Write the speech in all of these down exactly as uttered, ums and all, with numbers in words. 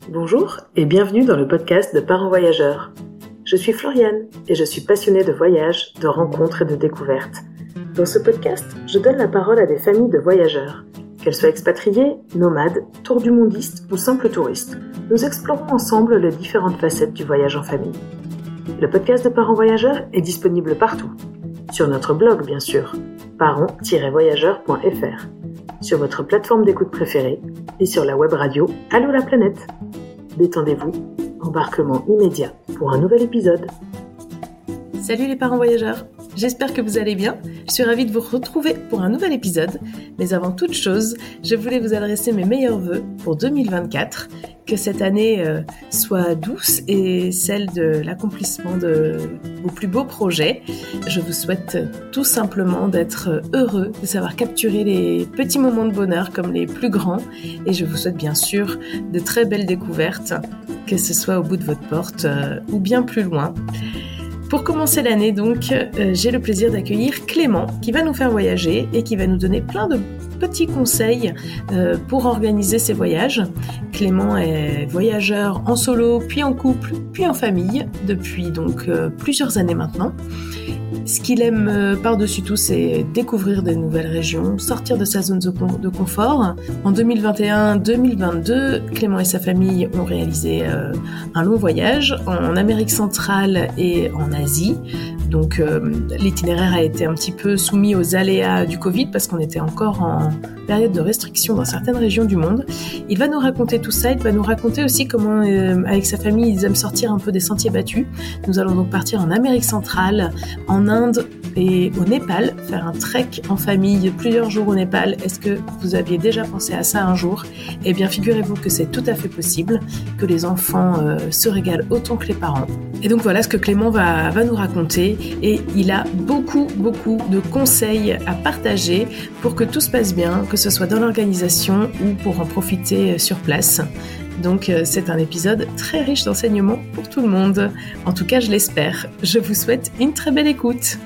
Bonjour et bienvenue dans le podcast de Parents Voyageurs. Je suis Floriane et je suis passionnée de voyages, de rencontres et de découvertes. Dans ce podcast, je donne la parole à des familles de voyageurs. Qu'elles soient expatriées, nomades, tour du mondistes ou simples touristes, nous explorons ensemble les différentes facettes du voyage en famille. Le podcast de Parents Voyageurs est disponible partout. Sur notre blog, bien sûr, parents tiret voyageurs point f r, sur votre plateforme d'écoute préférée et sur la web radio Allô la planète. Détendez-vous, embarquement immédiat pour un nouvel épisode. Salut les parents voyageurs, j'espère que vous allez bien. Je suis ravie de vous retrouver pour un nouvel épisode. Mais avant toute chose, je voulais vous adresser mes meilleurs vœux pour deux mille vingt-quatre. Que cette année euh, soit douce et celle de l'accomplissement de vos plus beaux projets. Je vous souhaite tout simplement d'être heureux, de savoir capturer les petits moments de bonheur comme les plus grands. Et je vous souhaite bien sûr de très belles découvertes, que ce soit au bout de votre porte euh, ou bien plus loin. Pour commencer l'année, donc, euh, j'ai le plaisir d'accueillir Clément qui va nous faire voyager et qui va nous donner plein de petits conseils euh, pour organiser ses voyages. Clément est voyageur en solo, puis en couple, puis en famille depuis donc euh, plusieurs années maintenant. Ce qu'il aime euh, par-dessus tout, c'est découvrir de nouvelles régions, sortir de sa zone de, con- de confort. En deux mille vingt et un deux mille vingt-deux, Clément et sa famille ont réalisé euh, un long voyage en Amérique centrale et en Asie. Donc euh, l'itinéraire a été un petit peu soumis aux aléas du Covid parce qu'on était encore en période de restriction dans certaines régions du monde. Il va nous raconter tout ça, il va nous raconter aussi comment euh, avec sa famille ils aiment sortir un peu des sentiers battus. Nous allons donc partir en Amérique centrale, en Inde et au Népal, faire un trek en famille plusieurs jours au Népal. Est-ce que vous aviez déjà pensé à ça un jour ? Eh bien figurez-vous que c'est tout à fait possible, que les enfants euh, se régalent autant que les parents. Et donc voilà ce que Clément va, va nous raconter. Et il a beaucoup, beaucoup de conseils à partager pour que tout se passe bien, que ce soit dans l'organisation ou pour en profiter sur place. Donc c'est un épisode très riche d'enseignements pour tout le monde. En tout cas, je l'espère. Je vous souhaite une très belle écoute.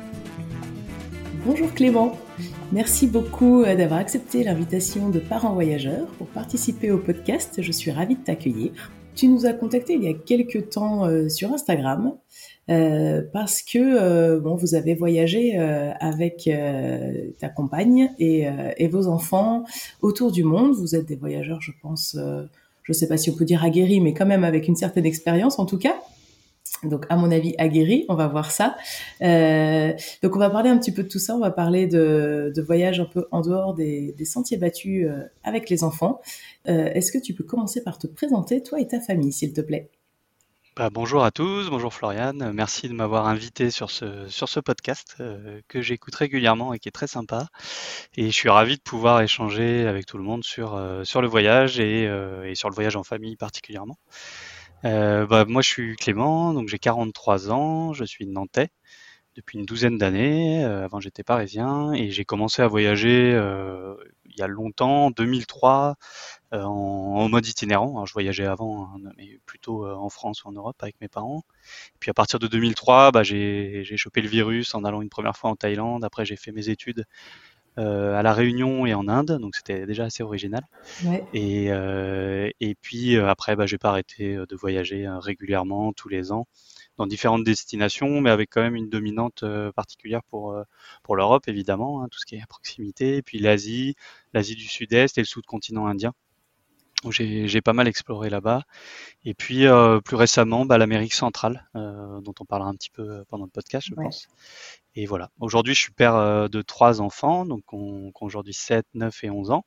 Bonjour Clément. Merci beaucoup d'avoir accepté l'invitation de Parents Voyageurs pour participer au podcast. Je suis ravie de t'accueillir. Tu nous as contacté il y a quelques temps euh, sur Instagram euh, parce que euh, bon, vous avez voyagé euh, avec euh, ta compagne et, euh, et vos enfants autour du monde. Vous êtes des voyageurs, je pense, euh, je ne sais pas si on peut dire aguerris, mais quand même avec une certaine expérience en tout cas. Donc, à mon avis, aguerri, on va voir ça. Euh, donc, on va parler un petit peu de tout ça. On va parler de, de voyages un peu en dehors des, des sentiers battus euh, avec les enfants. Euh, est-ce que tu peux commencer par te présenter, toi et ta famille, s'il te plaît ? Bah, bonjour à tous, bonjour Floriane. Merci de m'avoir invité sur ce, sur ce podcast euh, que j'écoute régulièrement et qui est très sympa. Et je suis ravi de pouvoir échanger avec tout le monde sur, euh, sur le voyage et, euh, et sur le voyage en famille particulièrement. Euh, bah, moi, je suis Clément, donc j'ai quarante-trois ans, je suis nantais depuis une douzaine d'années. Euh, avant, j'étais parisien et j'ai commencé à voyager euh, il y a longtemps, en deux mille trois, euh, en, en mode itinérant. Alors, je voyageais avant, hein, mais plutôt euh, en France ou en Europe avec mes parents. Et puis à partir de deux mille trois, bah, j'ai, j'ai chopé le virus en allant une première fois en Thaïlande. Après, j'ai fait mes études euh, à La Réunion et en Inde, donc c'était déjà assez original. Ouais. Et, euh, et puis euh, après, bah, j'ai pas arrêté de voyager euh, régulièrement tous les ans dans différentes destinations, mais avec quand même une dominante euh, particulière pour euh, pour l'Europe évidemment, hein, tout ce qui est à proximité, et puis l'Asie, l'Asie du Sud-Est et le sous-continent indien, où j'ai j'ai pas mal exploré là-bas. Et puis euh, plus récemment, bah, l'Amérique centrale, euh, dont on parlera un petit peu pendant le podcast, je Ouais. pense. Et voilà. Aujourd'hui, je suis père euh, de trois enfants, donc qui ont aujourd'hui sept, neuf et onze ans.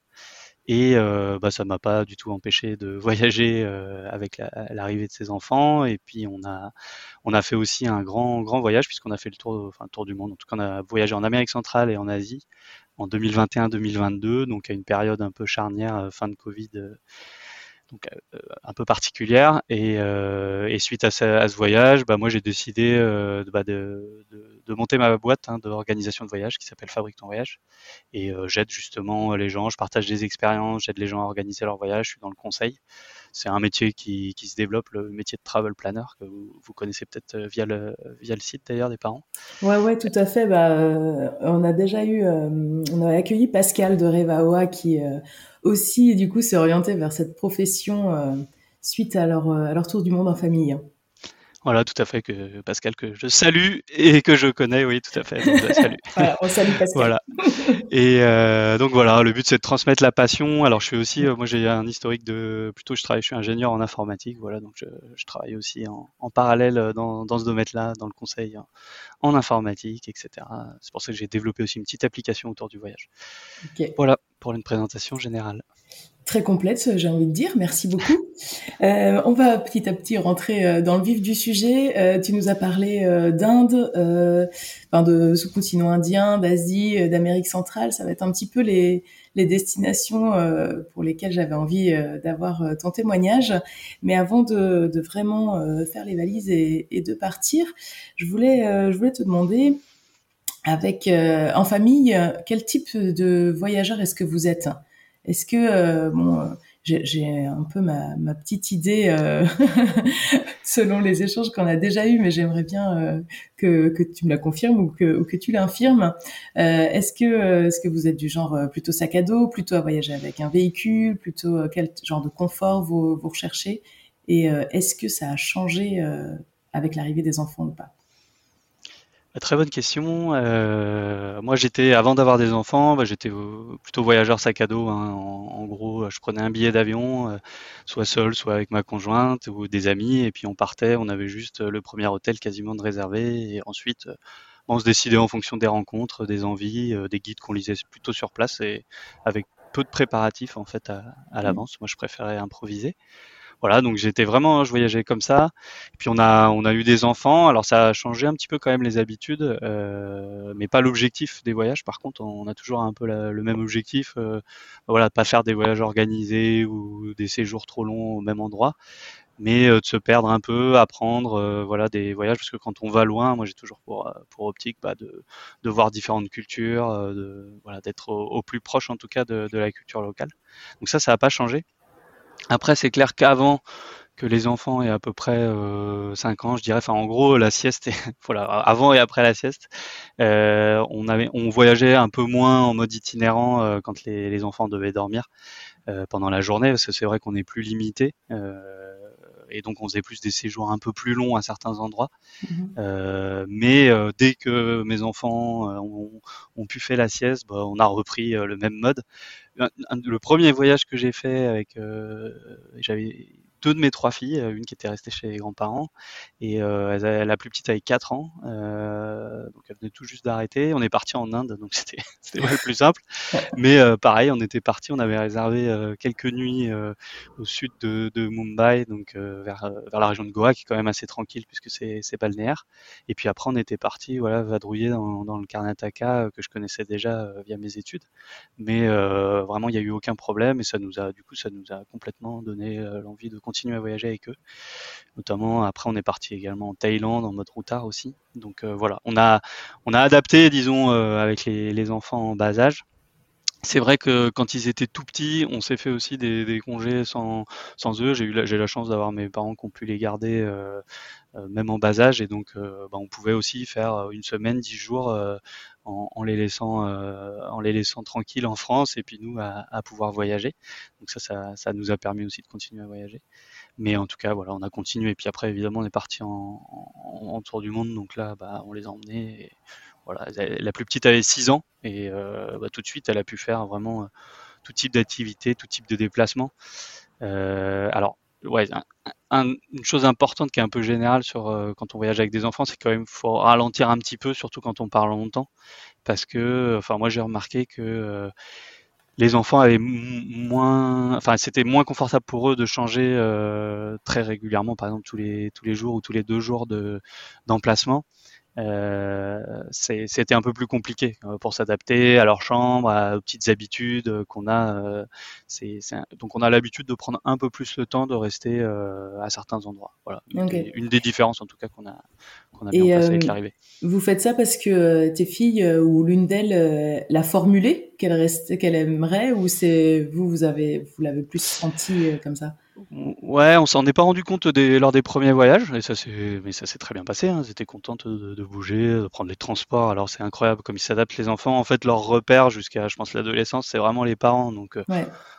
Et euh, bah, ça m'a pas du tout empêché de voyager euh, avec la, l'arrivée de ces enfants. Et puis on a on a fait aussi un grand grand voyage puisqu'on a fait le tour, enfin le tour du monde. En tout cas, on a voyagé en Amérique centrale et en Asie en deux mille vingt et un deux mille vingt-deux, donc à une période un peu charnière, euh, fin de Covid, euh, donc euh, un peu particulière. Et, euh, et suite à ce, à ce voyage, bah, moi j'ai décidé euh, de, bah, de, de, de monter ma boîte hein, d'organisation de voyage qui s'appelle Fabrique ton voyage. Et euh, j'aide justement les gens, je partage des expériences, j'aide les gens à organiser leur voyage, je suis dans le conseil. C'est un métier qui, qui se développe, le métier de travel planner, que vous, vous connaissez peut-être via le, via le site d'ailleurs des parents. Ouais, ouais, tout à fait. Bah, euh, on a déjà eu, euh, on a accueilli Pascal de Revaoa qui euh, aussi, du coup, s'est orienté vers cette profession euh, suite à leur, à leur tour du monde en famille. Voilà, tout à fait, que Pascal, que je salue et que je connais, oui, tout à fait. Donc, salut. Voilà, on salue Pascal. Voilà. Et euh, donc voilà, le but c'est de transmettre la passion. Alors je suis aussi, euh, moi j'ai un historique de, plutôt je travaille, je suis ingénieur en informatique, voilà, donc je, je travaille aussi en, en parallèle dans, dans ce domaine-là, dans le conseil en, en informatique, et cetera. C'est pour ça que j'ai développé aussi une petite application autour du voyage. Okay. Voilà pour une présentation générale. Très complète, j'ai envie de dire. Merci beaucoup. Euh, on va petit à petit rentrer dans le vif du sujet. Euh, tu nous as parlé euh, d'Inde, euh, enfin de sous-continent indien, d'Asie, d'Amérique centrale. Ça va être un petit peu les, les destinations euh, pour lesquelles j'avais envie euh, d'avoir euh, ton témoignage. Mais avant de, de vraiment euh, faire les valises et, et de partir, je voulais, euh, je voulais te demander, avec euh, en famille, quel type de voyageur est-ce que vous êtes ? Est-ce que euh, bon, euh, j'ai, j'ai un peu ma, ma petite idée euh, selon les échanges qu'on a déjà eus, mais j'aimerais bien euh, que, que tu me la confirmes ou que, ou que tu l'infirmes. Euh, est-ce que est-ce que vous êtes du genre plutôt sac à dos, plutôt à voyager avec un véhicule, plutôt euh, quel genre de confort vous, vous recherchez ? Et euh, est-ce que ça a changé euh, avec l'arrivée des enfants ou pas ? Très bonne question. Euh, moi, j'étais avant d'avoir des enfants, bah, j'étais plutôt voyageur sac à dos. Hein. En, en gros, je prenais un billet d'avion, euh, soit seul, soit avec ma conjointe ou des amis, et puis on partait. On avait juste le premier hôtel quasiment de réservé, et ensuite, on se décidait en fonction des rencontres, des envies, euh, des guides qu'on lisait plutôt sur place et avec peu de préparatifs en fait à, à l'avance. Moi, je préférais improviser. Voilà, donc j'étais vraiment, je voyageais comme ça. Et puis on a, on a eu des enfants. Alors ça a changé un petit peu quand même les habitudes, euh, mais pas l'objectif des voyages. Par contre, on a toujours un peu la, le même objectif. Euh, voilà, pas faire des voyages organisés ou des séjours trop longs au même endroit, mais euh, de se perdre un peu, apprendre, euh, voilà, des voyages. Parce que quand on va loin, moi j'ai toujours pour pour optique, bah, de de voir différentes cultures, euh, de voilà, d'être au, au plus proche en tout cas de, de la culture locale. Donc ça, ça n'a pas changé. Après, c'est clair qu'avant que les enfants aient à peu près euh, cinq ans, je dirais, enfin en gros, la sieste, est, voilà, avant et après la sieste, euh, on avait, on voyageait un peu moins en mode itinérant euh, quand les, les enfants devaient dormir euh, pendant la journée, parce que c'est vrai qu'on est plus limité. Euh, et donc on faisait plus des séjours un peu plus longs à certains endroits. Mmh. Euh, mais euh, dès que mes enfants euh, ont, ont pu faire la sieste, bah, on a repris euh, le même mode. Un, un, le premier voyage que j'ai fait avec, euh, j'avais deux de mes trois filles, une qui était restée chez les grands-parents et euh, la plus petite avait quatre ans, euh, donc elle venait tout juste d'arrêter. On est parti en Inde, donc c'était c'était pas le plus simple, mais euh, pareil, on était parti, on avait réservé euh, quelques nuits euh, au sud de, de Mumbai, donc euh, vers vers la région de Goa, qui est quand même assez tranquille puisque c'est c'est balnéaire. Et puis après, on était parti, voilà, vadrouiller dans, dans le Karnataka euh, que je connaissais déjà euh, via mes études, mais euh, vraiment, il n'y a eu aucun problème et ça nous a, du coup, ça nous a complètement donné euh, l'envie de continuer à voyager avec eux. Notamment, après, on est parti également en Thaïlande en mode routard aussi. Donc euh, voilà, on a, on a adapté, disons, euh, avec les, les enfants en bas âge. C'est vrai que quand ils étaient tout petits, on s'est fait aussi des, des congés sans, sans eux. J'ai eu la, j'ai la chance d'avoir mes parents qui ont pu les garder euh, euh, même en bas âge, et donc euh, bah, on pouvait aussi faire une semaine, dix jours euh, en, en les laissant, euh, en les laissant tranquilles en France, et puis nous à, à pouvoir voyager. Donc ça, ça, ça nous a permis aussi de continuer à voyager. Mais en tout cas, voilà, on a continué. Et puis après, évidemment, on est parti en, en, en tour du monde. Donc là, bah, on les a emmenés. Et voilà, la plus petite avait six ans et euh, bah, tout de suite, elle a pu faire vraiment euh, tout type d'activité, tout type de déplacement. Euh, alors, ouais, un, un, une chose importante qui est un peu générale sur euh, quand on voyage avec des enfants, c'est quand même faut ralentir un petit peu, surtout quand on parle longtemps, parce que, enfin, moi j'ai remarqué que euh, les enfants avaient moins, enfin, c'était moins confortable pour eux de changer euh, très régulièrement, par exemple tous les tous les jours ou tous les deux jours de d'emplacement. Euh, c'est, c'était un peu plus compliqué euh, pour s'adapter à leur chambre, à, aux petites habitudes euh, qu'on a. Euh, c'est, c'est un, donc on a l'habitude de prendre un peu plus le temps de rester euh, à certains endroits. Voilà, okay. une, une des différences en tout cas qu'on a qu'on a mis en place euh, avec l'arrivée. Vous faites ça parce que tes filles euh, ou l'une d'elles euh, l'a formulé, qu'elle reste, qu'elle aimerait, ou c'est vous vous avez vous l'avez plus senti euh, comme ça? Ouais, on s'en est pas rendu compte des, lors des premiers voyages, et ça c'est, mais ça s'est très bien passé. Hein. Ils étaient contents de, de bouger, de prendre les transports. Alors c'est incroyable comme ils s'adaptent les enfants. En fait, leur repère jusqu'à, je pense, l'adolescence, c'est vraiment les parents. Donc, ouais.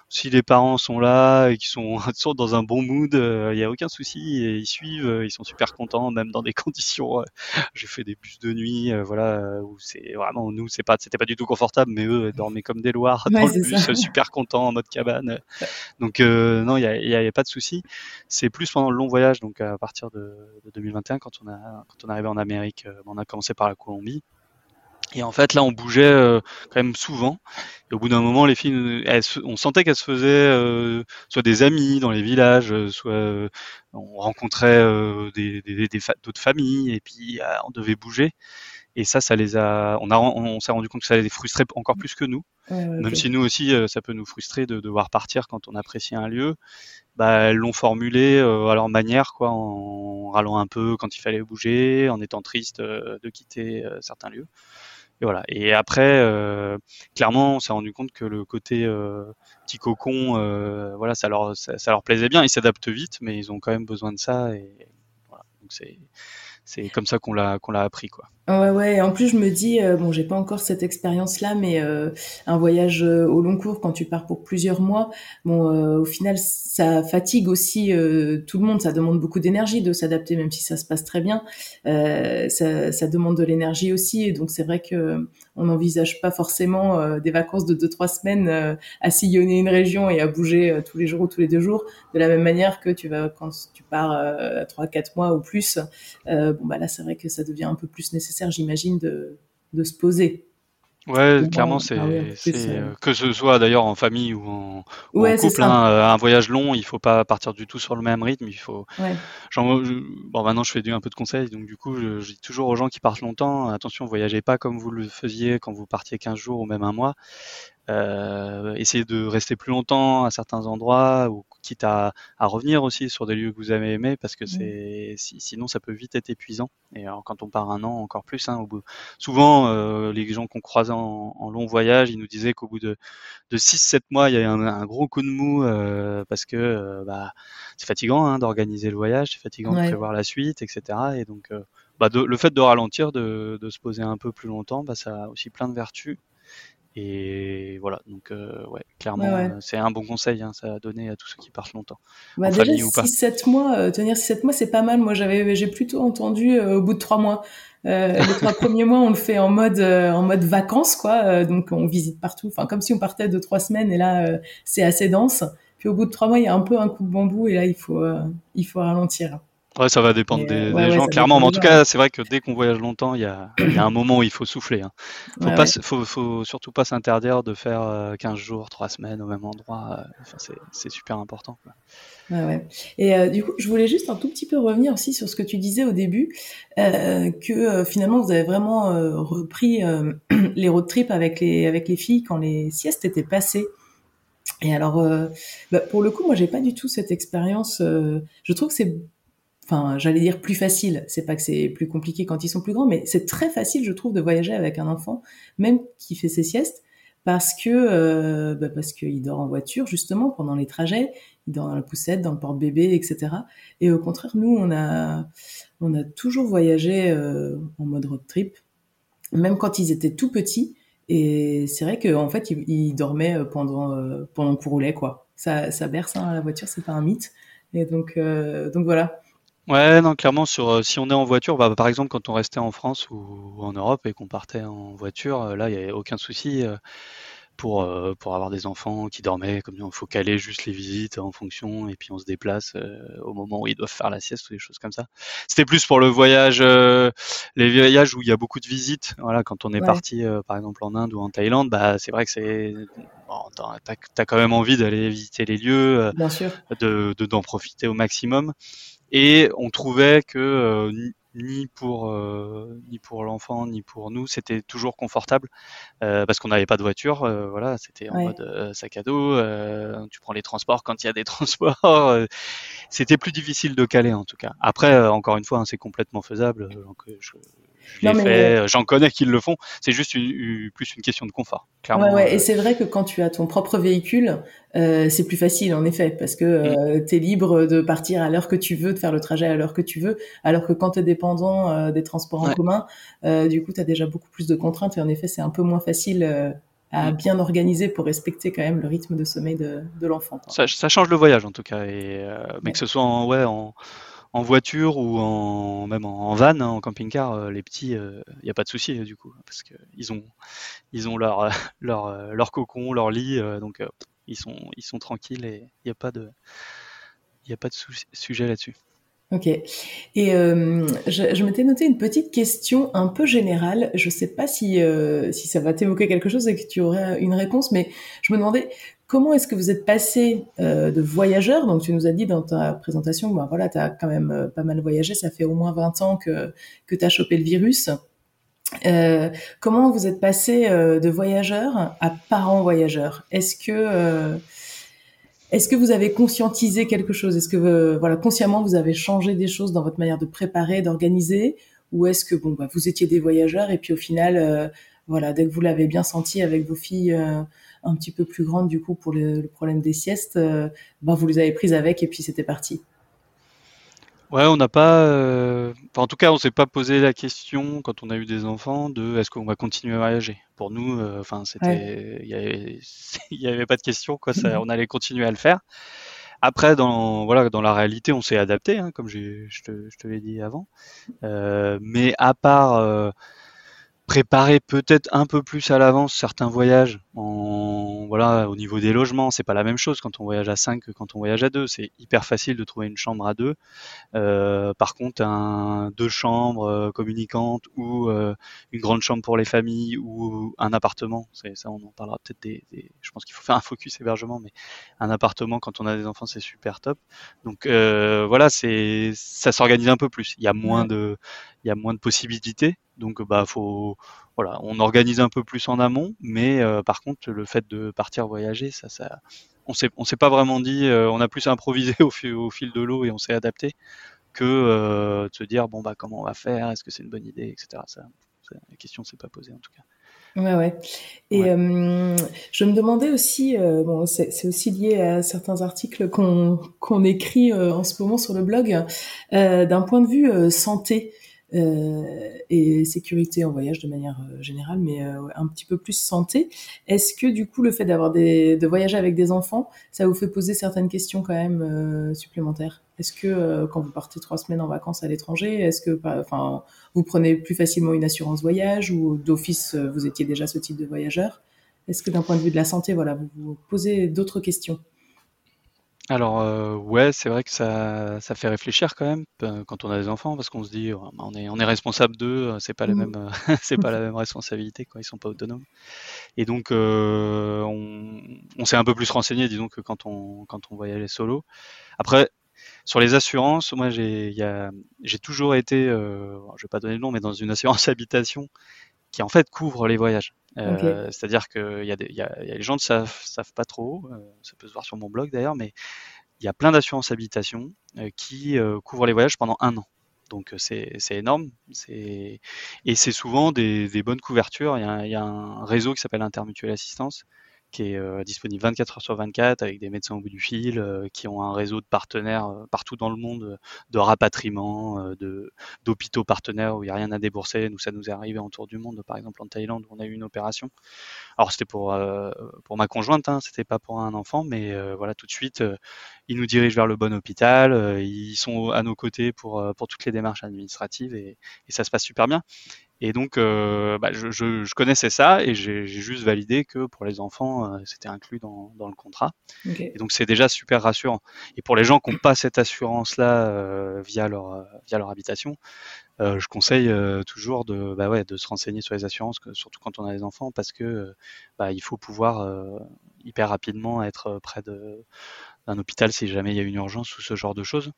si les parents sont là et qu'ils sont, sont dans un bon mood, il euh, y a aucun souci et ils suivent, euh, ils sont super contents, même dans des conditions. Euh, j'ai fait des bus de nuit, euh, voilà, euh, où c'est vraiment nous, c'est pas, c'était pas du tout confortable, mais eux dormaient comme des loirs Ouais, dans le c'est bus, ça. super contents en mode cabane. Donc euh, non, il y a, y a, y a pas de souci. C'est plus pendant le long voyage, donc à partir de, de deux mille vingt et un, quand on a, quand on est arrivé en Amérique, euh, on a commencé par la Colombie. Et en fait, là, on bougeait euh, quand même souvent. Et au bout d'un moment, les filles, elles, on sentait qu'elles se faisaient euh, soit des amis dans les villages, soit euh, on rencontrait euh, des, des, des fa- d'autres familles, et puis euh, on devait bouger. Et ça, ça les a, on a, on s'est rendu compte que ça les frustrait encore plus que nous. Ouais, ouais, Même ok. si nous aussi, euh, ça peut nous frustrer de devoir partir quand on apprécie un lieu. Bah, elles l'ont formulé euh, à leur manière, quoi, en râlant un peu quand il fallait bouger, en étant triste euh, de quitter euh, certains lieux. Et voilà. Et après, euh, clairement, on s'est rendu compte que le côté euh, petit cocon, euh, voilà, ça leur, ça, ça leur plaisait bien. Ils s'adaptent vite, mais ils ont quand même besoin de ça. Et voilà. Donc c'est, c'est comme ça qu'on l'a, qu'on l'a appris, quoi. Ouais, ouais. En plus, je me dis, euh, bon, j'ai pas encore cette expérience-là, mais euh, un voyage euh, au long cours, quand tu pars pour plusieurs mois, bon, euh, au final, ça fatigue aussi euh, tout le monde. Ça demande beaucoup d'énergie de s'adapter, même si ça se passe très bien. Euh, ça, ça demande de l'énergie aussi, et donc c'est vrai que on n'envisage pas forcément euh, des vacances de deux trois semaines euh, à sillonner une région et à bouger euh, tous les jours ou tous les deux jours, de la même manière que tu vas quand tu pars euh, trois quatre mois ou plus. Euh, bon, bah là, c'est vrai que ça devient un peu plus nécessaire, j'imagine, de, de se poser. Ouais, Au clairement, moins, ah oui, un c'est, peu plus. c'est Euh... euh, que ce soit d'ailleurs en famille ou en, ou en Ouais, c'est couple, ça. hein, euh, un voyage long, il faut pas partir du tout sur le même rythme. Il faut, Ouais. genre, je- bon, maintenant je fais du, un peu de conseils, donc du coup, je, je dis toujours aux gens qui partent longtemps, attention, voyagez pas comme vous le faisiez quand vous partiez quinze jours ou même un mois. Euh, essayez de rester plus longtemps à certains endroits, ou quitte à, à revenir aussi sur des lieux que vous avez aimés, parce que Ouais. c'est si, sinon ça peut vite être épuisant. Et alors, quand on part un an, encore plus. Hein, au bout, souvent, euh, les gens qu'on croisait en, en long voyage, ils nous disaient qu'au bout de, de six sept mois, il y a un, un gros coup de mou, euh, parce que euh, bah, c'est fatigant hein, d'organiser le voyage, c'est fatigant de Ouais. prévoir la suite, et cetera. Et donc, euh, bah, de, le fait de ralentir, de, de se poser un peu plus longtemps, bah, ça a aussi plein de vertus. Et voilà, donc euh, ouais, Ouais, clairement, ouais. euh, c'est un bon conseil, hein, ça a donné à tous ceux qui partent longtemps, Bah en déjà, famille ou six pas. sept mois, euh, tenir six sept mois, c'est pas mal. Moi, j'avais, j'ai plutôt entendu euh, au bout de trois mois. Euh, les trois premiers mois, on le fait en mode, euh, en mode vacances, quoi. Euh, donc, on visite partout. Enfin, comme si on partait de trois semaines, et là, euh, c'est assez dense. Puis, au bout de trois mois, il y a un peu un coup de bambou, et là, il faut, euh, il faut ralentir. Ouais, ça va dépendre Mais euh, des, ouais, des ouais, gens, ça clairement, dépend mais en des tout gens. cas, c'est vrai que dès qu'on voyage longtemps, il y a, il y a un moment où il faut souffler. Hein. Faut Ouais, pas, ouais. se- faut, faut surtout pas s'interdire de faire euh, quinze jours, trois semaines au même endroit. euh, Enfin, c'est, c'est super important, quoi. Ouais, ouais. Et euh, du coup, je voulais juste un tout petit peu revenir aussi sur ce que tu disais au début, euh, que euh, finalement vous avez vraiment euh, repris euh, les road trips avec les avec les filles quand les siestes étaient passées. Et alors, euh, bah, pour le coup, moi, j'ai pas du tout cette expérience. Euh, je trouve que c'est, enfin, j'allais dire plus facile. C'est pas que c'est plus compliqué quand ils sont plus grands, mais c'est très facile, je trouve, de voyager avec un enfant, même qui fait ses siestes, parce que euh, bah, parce qu'il dort en voiture justement pendant les trajets, il dort dans la poussette, dans le porte-bébé, et cetera. Et au contraire, nous, on a on a toujours voyagé euh, en mode road trip, même quand ils étaient tout petits. Et c'est vrai qu'en fait, ils, ils dormaient pendant euh, pendant qu'on roulait, quoi. Ça ça berce hein, la voiture, c'est pas un mythe. Et donc euh, donc voilà. Ouais, non, clairement, sur, euh, si on est en voiture, bah, par exemple, quand on restait en France ou, ou en Europe et qu'on partait en voiture, euh, là, il n'y avait aucun souci. euh, pour, euh, pour avoir des enfants qui dormaient, comme il faut caler juste les visites en fonction, et puis on se déplace euh, au moment où ils doivent faire la sieste ou des choses comme ça. C'était plus pour le voyage, euh, les voyages où il y a beaucoup de visites. Voilà, quand on est Ouais, parti, euh, par exemple en Inde ou en Thaïlande, bah c'est vrai que c'est, bon, t'as, t'as quand même envie d'aller visiter les lieux, euh, bien sûr. de, de d'en profiter au maximum. Et on trouvait que euh, ni pour euh, ni pour l'enfant ni pour nous c'était toujours confortable, euh, parce qu'on n'avait pas de voiture, euh, voilà, c'était en Ouais. mode euh, sac à dos, euh, tu prends les transports quand il y a des transports, euh, c'était plus difficile de caler en tout cas. Après, euh, encore une fois, hein, c'est complètement faisable, euh, donc, euh, je, je Non l'ai mais fait, euh, j'en connais qui le font, c'est juste une, une- plus une question de confort, ouais, clairement. ouais, et Euh, c'est vrai que quand tu as ton propre véhicule, euh, c'est plus facile en effet, parce que mm, euh, tu es libre de partir à l'heure que tu veux, de faire le trajet à l'heure que tu veux, alors que quand tu es dépendant euh, des transports en ouais. commun, euh, du coup, tu as déjà beaucoup plus de contraintes, et en effet, c'est un peu moins facile euh, à Mm. bien organiser pour respecter quand même le rythme de sommeil de, de l'enfant, quoi. Ça, ça change le voyage en tout cas, et euh, mais que Ouais. ce soit en, ouais, en, en voiture ou en même en, en van, hein, en camping-car, euh, les petits, il euh, n'y a pas de souci euh, du coup, parce que ils ont ils ont leur leur euh, leur cocon, leur lit, euh, donc euh, ils sont ils sont tranquilles et il n'y a pas de il y a pas de sou- sujet là-dessus. Ok. Et euh, je, je m'étais noté une petite question un peu générale. Je sais pas si euh, si ça va t'évoquer quelque chose et que tu aurais une réponse, mais je me demandais comment est-ce que vous êtes passé euh, de voyageur. Donc tu nous as dit dans ta présentation, ben voilà, t'as quand même euh, pas mal voyagé. Ça fait au moins vingt ans que que t'as chopé le virus. Euh, comment vous êtes passé euh, de voyageur à parent voyageur? Est-ce que euh, est-ce que vous avez conscientisé quelque chose? Est-ce que euh, voilà, consciemment vous avez changé des choses dans votre manière de préparer, d'organiser, ou est-ce que bon bah vous étiez des voyageurs et puis au final euh, voilà, dès que vous l'avez bien senti avec vos filles euh, un petit peu plus grandes du coup pour le, le problème des siestes, euh, bah vous les avez prises avec et puis c'était parti. Ouais, on n'a pas, euh, enfin, en tout cas, on s'est pas posé la question quand on a eu des enfants de est-ce qu'on va continuer à voyager. Pour nous, euh, enfin, Ouais. c'était, il y avait, il y avait pas de question, quoi. Ça, on allait continuer à le faire. Après, dans voilà, dans la réalité, on s'est adapté, hein, comme j'ai, je te, je te l'ai dit avant. Euh, mais à part euh, préparer peut-être un peu plus à l'avance certains voyages, en voilà, au niveau des logements, c'est pas la même chose quand on voyage à cinq que quand on voyage à deux. C'est hyper facile de trouver une chambre à deux. Euh, par contre, un, deux chambres euh, communicantes ou euh, une grande chambre pour les familles ou un appartement, c'est ça, on en parlera peut-être des, des- je pense qu'il faut faire un focus hébergement, mais un appartement quand on a des enfants, c'est super top. Donc euh, voilà, c'est ça s'organise un peu plus. Il y a moins Ouais. de, il y a moins de possibilités. Donc bah faut, voilà, on organise un peu plus en amont, mais euh, par contre, le fait de partir voyager, ça, ça, on s'est, on s'est pas vraiment dit, euh, on a plus improvisé au fil, au fil de l'eau et on s'est adapté que euh, de se dire bon bah comment on va faire, est-ce que c'est une bonne idée, et cetera. Ça, ça, la question s'est pas posée en tout cas. Ouais, ouais. Ouais. Et euh, je me demandais aussi, euh, bon, c'est c'est aussi lié à certains articles qu'on qu'on écrit euh, en ce moment sur le blog, euh, d'un point de vue euh, santé euh, et sécurité en voyage de manière euh, générale, mais euh, ouais, un petit peu plus santé. Est-ce que du coup le fait d'avoir des de voyager avec des enfants, ça vous fait poser certaines questions quand même euh, supplémentaires? Est-ce que euh, quand vous partez trois semaines en vacances à l'étranger, est-ce que, par- enfin, vous prenez plus facilement une assurance voyage ou d'office euh, vous étiez déjà ce type de voyageur? Est-ce que d'un point de vue de la santé, voilà, vous vous posez d'autres questions? Alors euh, ouais, c'est vrai que ça, ça fait réfléchir quand même euh, quand on a des enfants parce qu'on se dit oh, on est, on est responsable d'eux, euh, c'est pas les mêmes, Mhm. euh, c'est pas la même responsabilité quand ils sont pas autonomes. Et donc euh, on, on s'est un peu plus renseigné, disons que quand on, quand on voyageait solo. Après, sur les assurances, moi j'ai, il y a, j'ai toujours été, euh, je vais pas donner le nom, mais dans une assurance habitation qui en fait couvre les voyages. Ok. Euh, c'est-à-dire qu'il y a des, il y a, il y a les gens ne savent, savent pas trop, euh, ça peut se voir sur mon blog d'ailleurs, mais il y a plein d'assurances habitation euh, qui euh, couvrent les voyages pendant un an. Donc euh, c'est, c'est énorme, c'est, et c'est souvent des, des bonnes couvertures. Il y, a, il y a un réseau qui s'appelle Intermutuelle Assistance qui est euh, disponible vingt-quatre heures sur vingt-quatre avec des médecins au bout du fil, euh, qui ont un réseau de partenaires euh, partout dans le monde, euh, de rapatriement, euh, de, d'hôpitaux partenaires où il n'y a rien à débourser. Nous, ça nous est arrivé en tour du monde, par exemple en Thaïlande où on a eu une opération. Alors c'était pour euh, pour ma conjointe, hein, c'était pas pour un enfant, mais euh, voilà, tout de suite, euh, ils nous dirigent vers le bon hôpital, euh, ils sont à nos côtés pour euh, pour toutes les démarches administratives et, et ça se passe super bien. Et donc, euh, bah, je, je, je connaissais ça et j'ai j'ai juste validé que pour les enfants, euh, c'était inclus dans, dans le contrat. Et Ok. donc, c'est déjà super rassurant. Et pour les gens qui n'ont pas cette assurance-là euh, via leur euh, via leur habitation, euh, je conseille euh, toujours de, bah ouais, de se renseigner sur les assurances, que, surtout quand on a des enfants, parce que euh, bah, il faut pouvoir euh, hyper rapidement être près de, d'un hôpital si jamais il y a une urgence ou ce genre de choses.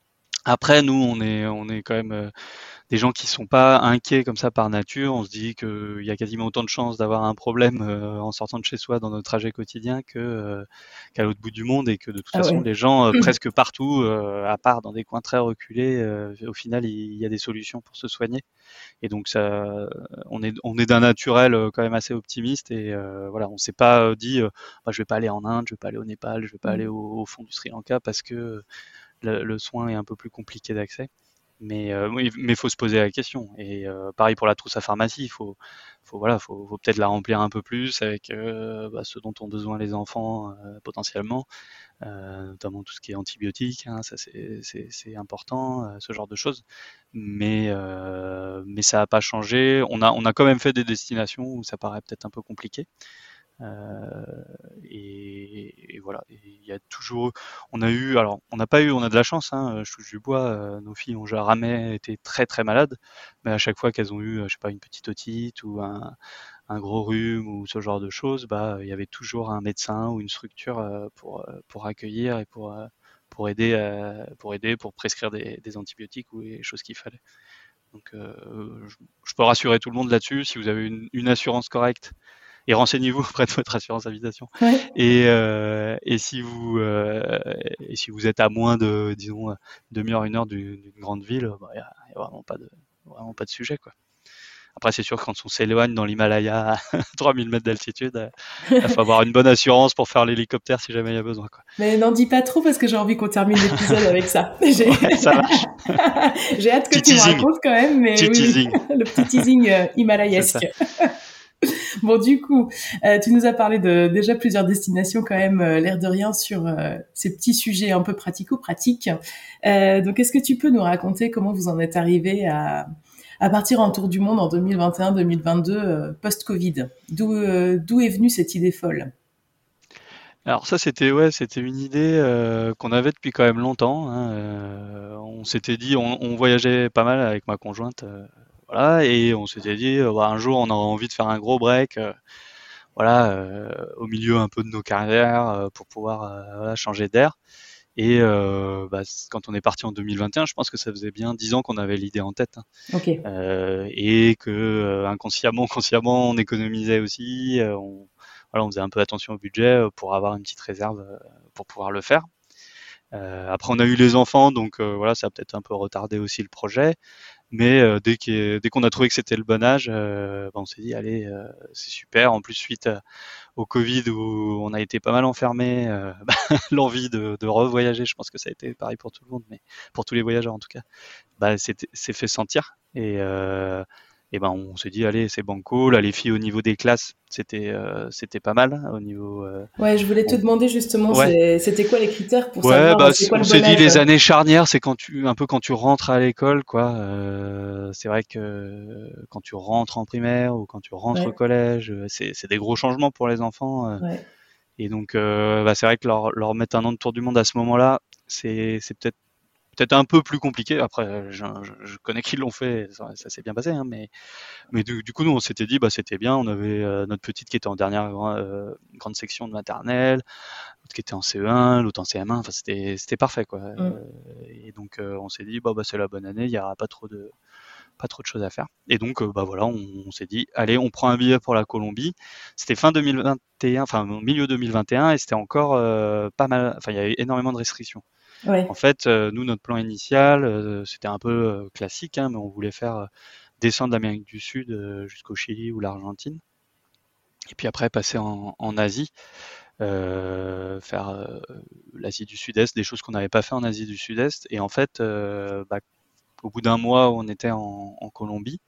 Après, nous, on est, on est quand même euh, des gens qui sont pas inquiets comme ça par nature. On se dit qu'il y a quasiment autant de chances d'avoir un problème euh, en sortant de chez soi dans notre trajet quotidien que euh, qu'à l'autre bout du monde et que de toute Ah façon ouais. les gens euh, presque partout, euh, à part dans des coins très reculés, euh, au final il y a des solutions pour se soigner. Et donc ça, on est on est d'un naturel euh, quand même assez optimiste et euh, voilà, on s'est pas euh, dit euh, bah, je vais pas aller en Inde, je vais pas aller au Népal, je vais pas aller Mm. au, au fond du Sri Lanka parce que le, le soin est un peu plus compliqué d'accès. Mais euh, oui, mais faut se poser la question. Et euh, pareil pour la trousse à pharmacie, il faut, faut voilà, faut, faut peut-être la remplir un peu plus avec euh, bah, ce dont ont besoin les enfants euh, potentiellement, euh, notamment tout ce qui est antibiotiques. Hein, ça c'est, c'est, c'est important, euh, ce genre de choses. Mais euh, mais ça n'a pas changé. On a on a quand même fait des destinations où ça paraît peut-être un peu compliqué. Euh, et, et voilà, il y a toujours, on a eu, alors on n'a pas eu, on a de la chance, hein, je touche du bois, euh, nos filles ont jamais été très très malades, mais à chaque fois qu'elles ont eu, je sais pas, une petite otite ou un, un gros rhume ou ce genre de choses, bah il y avait toujours un médecin ou une structure euh, pour pour accueillir et pour euh, pour aider, euh, pour aider, pour prescrire des, des antibiotiques ou les choses qu'il fallait. Donc euh, je, je peux rassurer tout le monde là-dessus. Si vous avez une, une assurance correcte, et renseignez-vous auprès de votre assurance habitation. Ouais. Et, euh, et si vous euh, et si vous êtes à moins de, disons, demi-heure, une heure d'une, d'une grande ville, il bah, n'y a, y a vraiment pas de vraiment pas de sujet, quoi. Après, c'est sûr que quand on s'éloigne dans l'Himalaya à trois mille mètres d'altitude, il faut avoir une bonne assurance pour faire l'hélicoptère si jamais il y a besoin, quoi. Mais n'en dis pas trop parce que j'ai envie qu'on termine l'épisode avec ça. J'ai, Ouais, ça marche. j'ai hâte que Petit tu me teasing. racontes quand même, mais Petit oui, oui. teasing. Le petit teasing euh, himalayesque. Bon, du coup, euh, tu nous as parlé de déjà plusieurs destinations quand même, euh, l'air de rien, sur euh, ces petits sujets un peu pratico-pratiques. Euh, donc, est-ce que tu peux nous raconter comment vous en êtes arrivé à, à partir en tour du monde en deux mille vingt et un deux mille vingt-deux, euh, post-Covid? D'où, euh, d'où est venue cette idée folle? Alors ça, c'était ouais, c'était une idée euh, qu'on avait depuis quand même longtemps. Hein. Euh, on s'était dit, on, on voyageait pas mal avec ma conjointe, euh, voilà, et on s'était dit, euh, bah, un jour, on aura envie de faire un gros break, euh, voilà, euh, au milieu un peu de nos carrières, euh, pour pouvoir euh, voilà, changer d'air. Et euh, bah, quand on est parti en deux mille vingt et un, je pense que ça faisait bien dix ans qu'on avait l'idée en tête, hein. Ok. Euh, et que euh, inconsciemment, consciemment, on économisait aussi. Euh, on, voilà, on faisait un peu attention au budget pour avoir une petite réserve euh, pour pouvoir le faire. Euh, après, on a eu les enfants, donc euh, voilà, ça a peut-être un peu retardé aussi le projet. Mais euh, dès, qu'il, dès qu'on a trouvé que c'était le bon âge, euh, bah, on s'est dit, allez, euh, c'est super. En plus, suite à, au Covid où on a été pas mal enfermés, euh, bah, l'envie de, de revoyager, je pense que ça a été pareil pour tout le monde, mais pour tous les voyageurs en tout cas, bah, c'est, c'est fait sentir. Et, euh, et ben on s'est dit, allez, c'est banco. Là, les filles au niveau des classes, c'était, euh, c'était pas mal. Au niveau, euh, Ouais, je voulais te on, demander justement, ouais. c'est, c'était quoi les critères pour Ouais, savoir bah, c'est quoi on le s'est bon dit âge? les années charnières, c'est quand tu un peu quand tu rentres à l'école, quoi. Euh, c'est vrai que quand tu rentres en primaire ou quand tu rentres au Ouais, collège, c'est, c'est des gros changements pour les enfants. Euh, ouais. et donc, euh, bah, c'est vrai que leur, leur mettre un an de tour du monde à ce moment-là, c'est, c'est peut-être peut-être un peu plus compliqué. Après, je, je, je connais qui l'ont fait, ça, ça s'est bien passé, hein, mais mais du, du coup, nous, on s'était dit, bah, c'était bien. On avait euh, notre petite qui était en dernière euh, grande section de maternelle, l'autre qui était en C E un, l'autre en C M un. Enfin, c'était, c'était parfait, quoi. Mm. Euh, et donc, euh, on s'est dit, bah, bah, c'est la bonne année. Il y aura pas trop de, pas trop de choses à faire. Et donc, euh, bah voilà, on, on s'est dit, allez, on prend un billet pour la Colombie. C'était fin deux mille vingt et un, enfin milieu deux mille vingt et un, et c'était encore euh, pas mal. Enfin, il y avait énormément de restrictions. En Ouais. fait, euh, nous, notre plan initial, euh, c'était un peu euh, classique, hein, mais on voulait faire euh, descendre l'Amérique du Sud euh, jusqu'au Chili ou l'Argentine, et puis après passer en, en Asie, euh, faire euh, l'Asie du Sud-Est, des choses qu'on n'avait pas fait en Asie du Sud-Est. Et en fait, euh, bah, au bout d'un mois où on était en, en Colombie,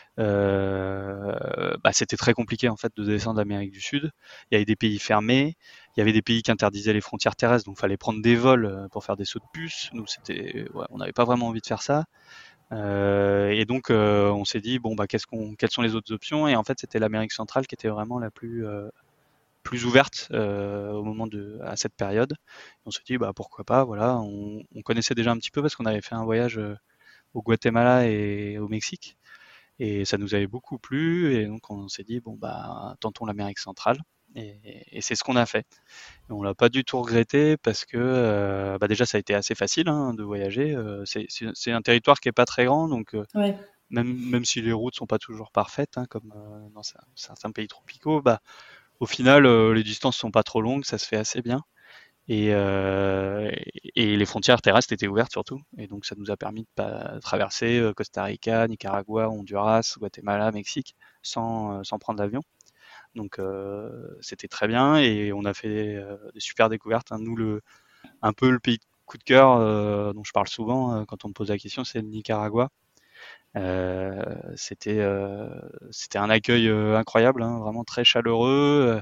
euh, bah, c'était très compliqué en fait de descendre l'Amérique du Sud. Il y avait des pays fermés, il y avait des pays qui interdisaient les frontières terrestres, donc il fallait prendre des vols pour faire des sauts de puce. Nous, c'était, ouais, on n'avait pas vraiment envie de faire ça. Euh, et donc, euh, on s'est dit bon bah qu'est-ce qu'on, quelles sont les autres options? Et en fait, c'était l'Amérique centrale qui était vraiment la plus euh, plus ouverte euh, au moment de à cette période. Et on s'est dit bah pourquoi pas. Voilà, on, on connaissait déjà un petit peu parce qu'on avait fait un voyage euh, au Guatemala et au Mexique. Et ça nous avait beaucoup plu, et donc on s'est dit bon bah tentons l'Amérique centrale, et, et c'est ce qu'on a fait. Et on l'a pas du tout regretté parce que euh, bah déjà ça a été assez facile, hein, de voyager. Euh, c'est, c'est, c'est un territoire qui est pas très grand, donc euh, Ouais. même même si les routes sont pas toujours parfaites, hein, comme euh, dans certains pays tropicaux, bah au final euh, les distances sont pas trop longues, ça se fait assez bien. Et, euh, et les frontières terrestres étaient ouvertes surtout. Et donc ça nous a permis de pas traverser euh, Costa Rica, Nicaragua, Honduras, Guatemala, Mexique sans, euh, sans prendre l'avion. Donc euh, c'était très bien, et on a fait euh, des super découvertes, hein. Nous, le, un peu le pays coup de cœur euh, dont je parle souvent euh, quand on me pose la question, c'est le Nicaragua. Euh, c'était euh, c'était un accueil euh, incroyable, hein, vraiment très chaleureux.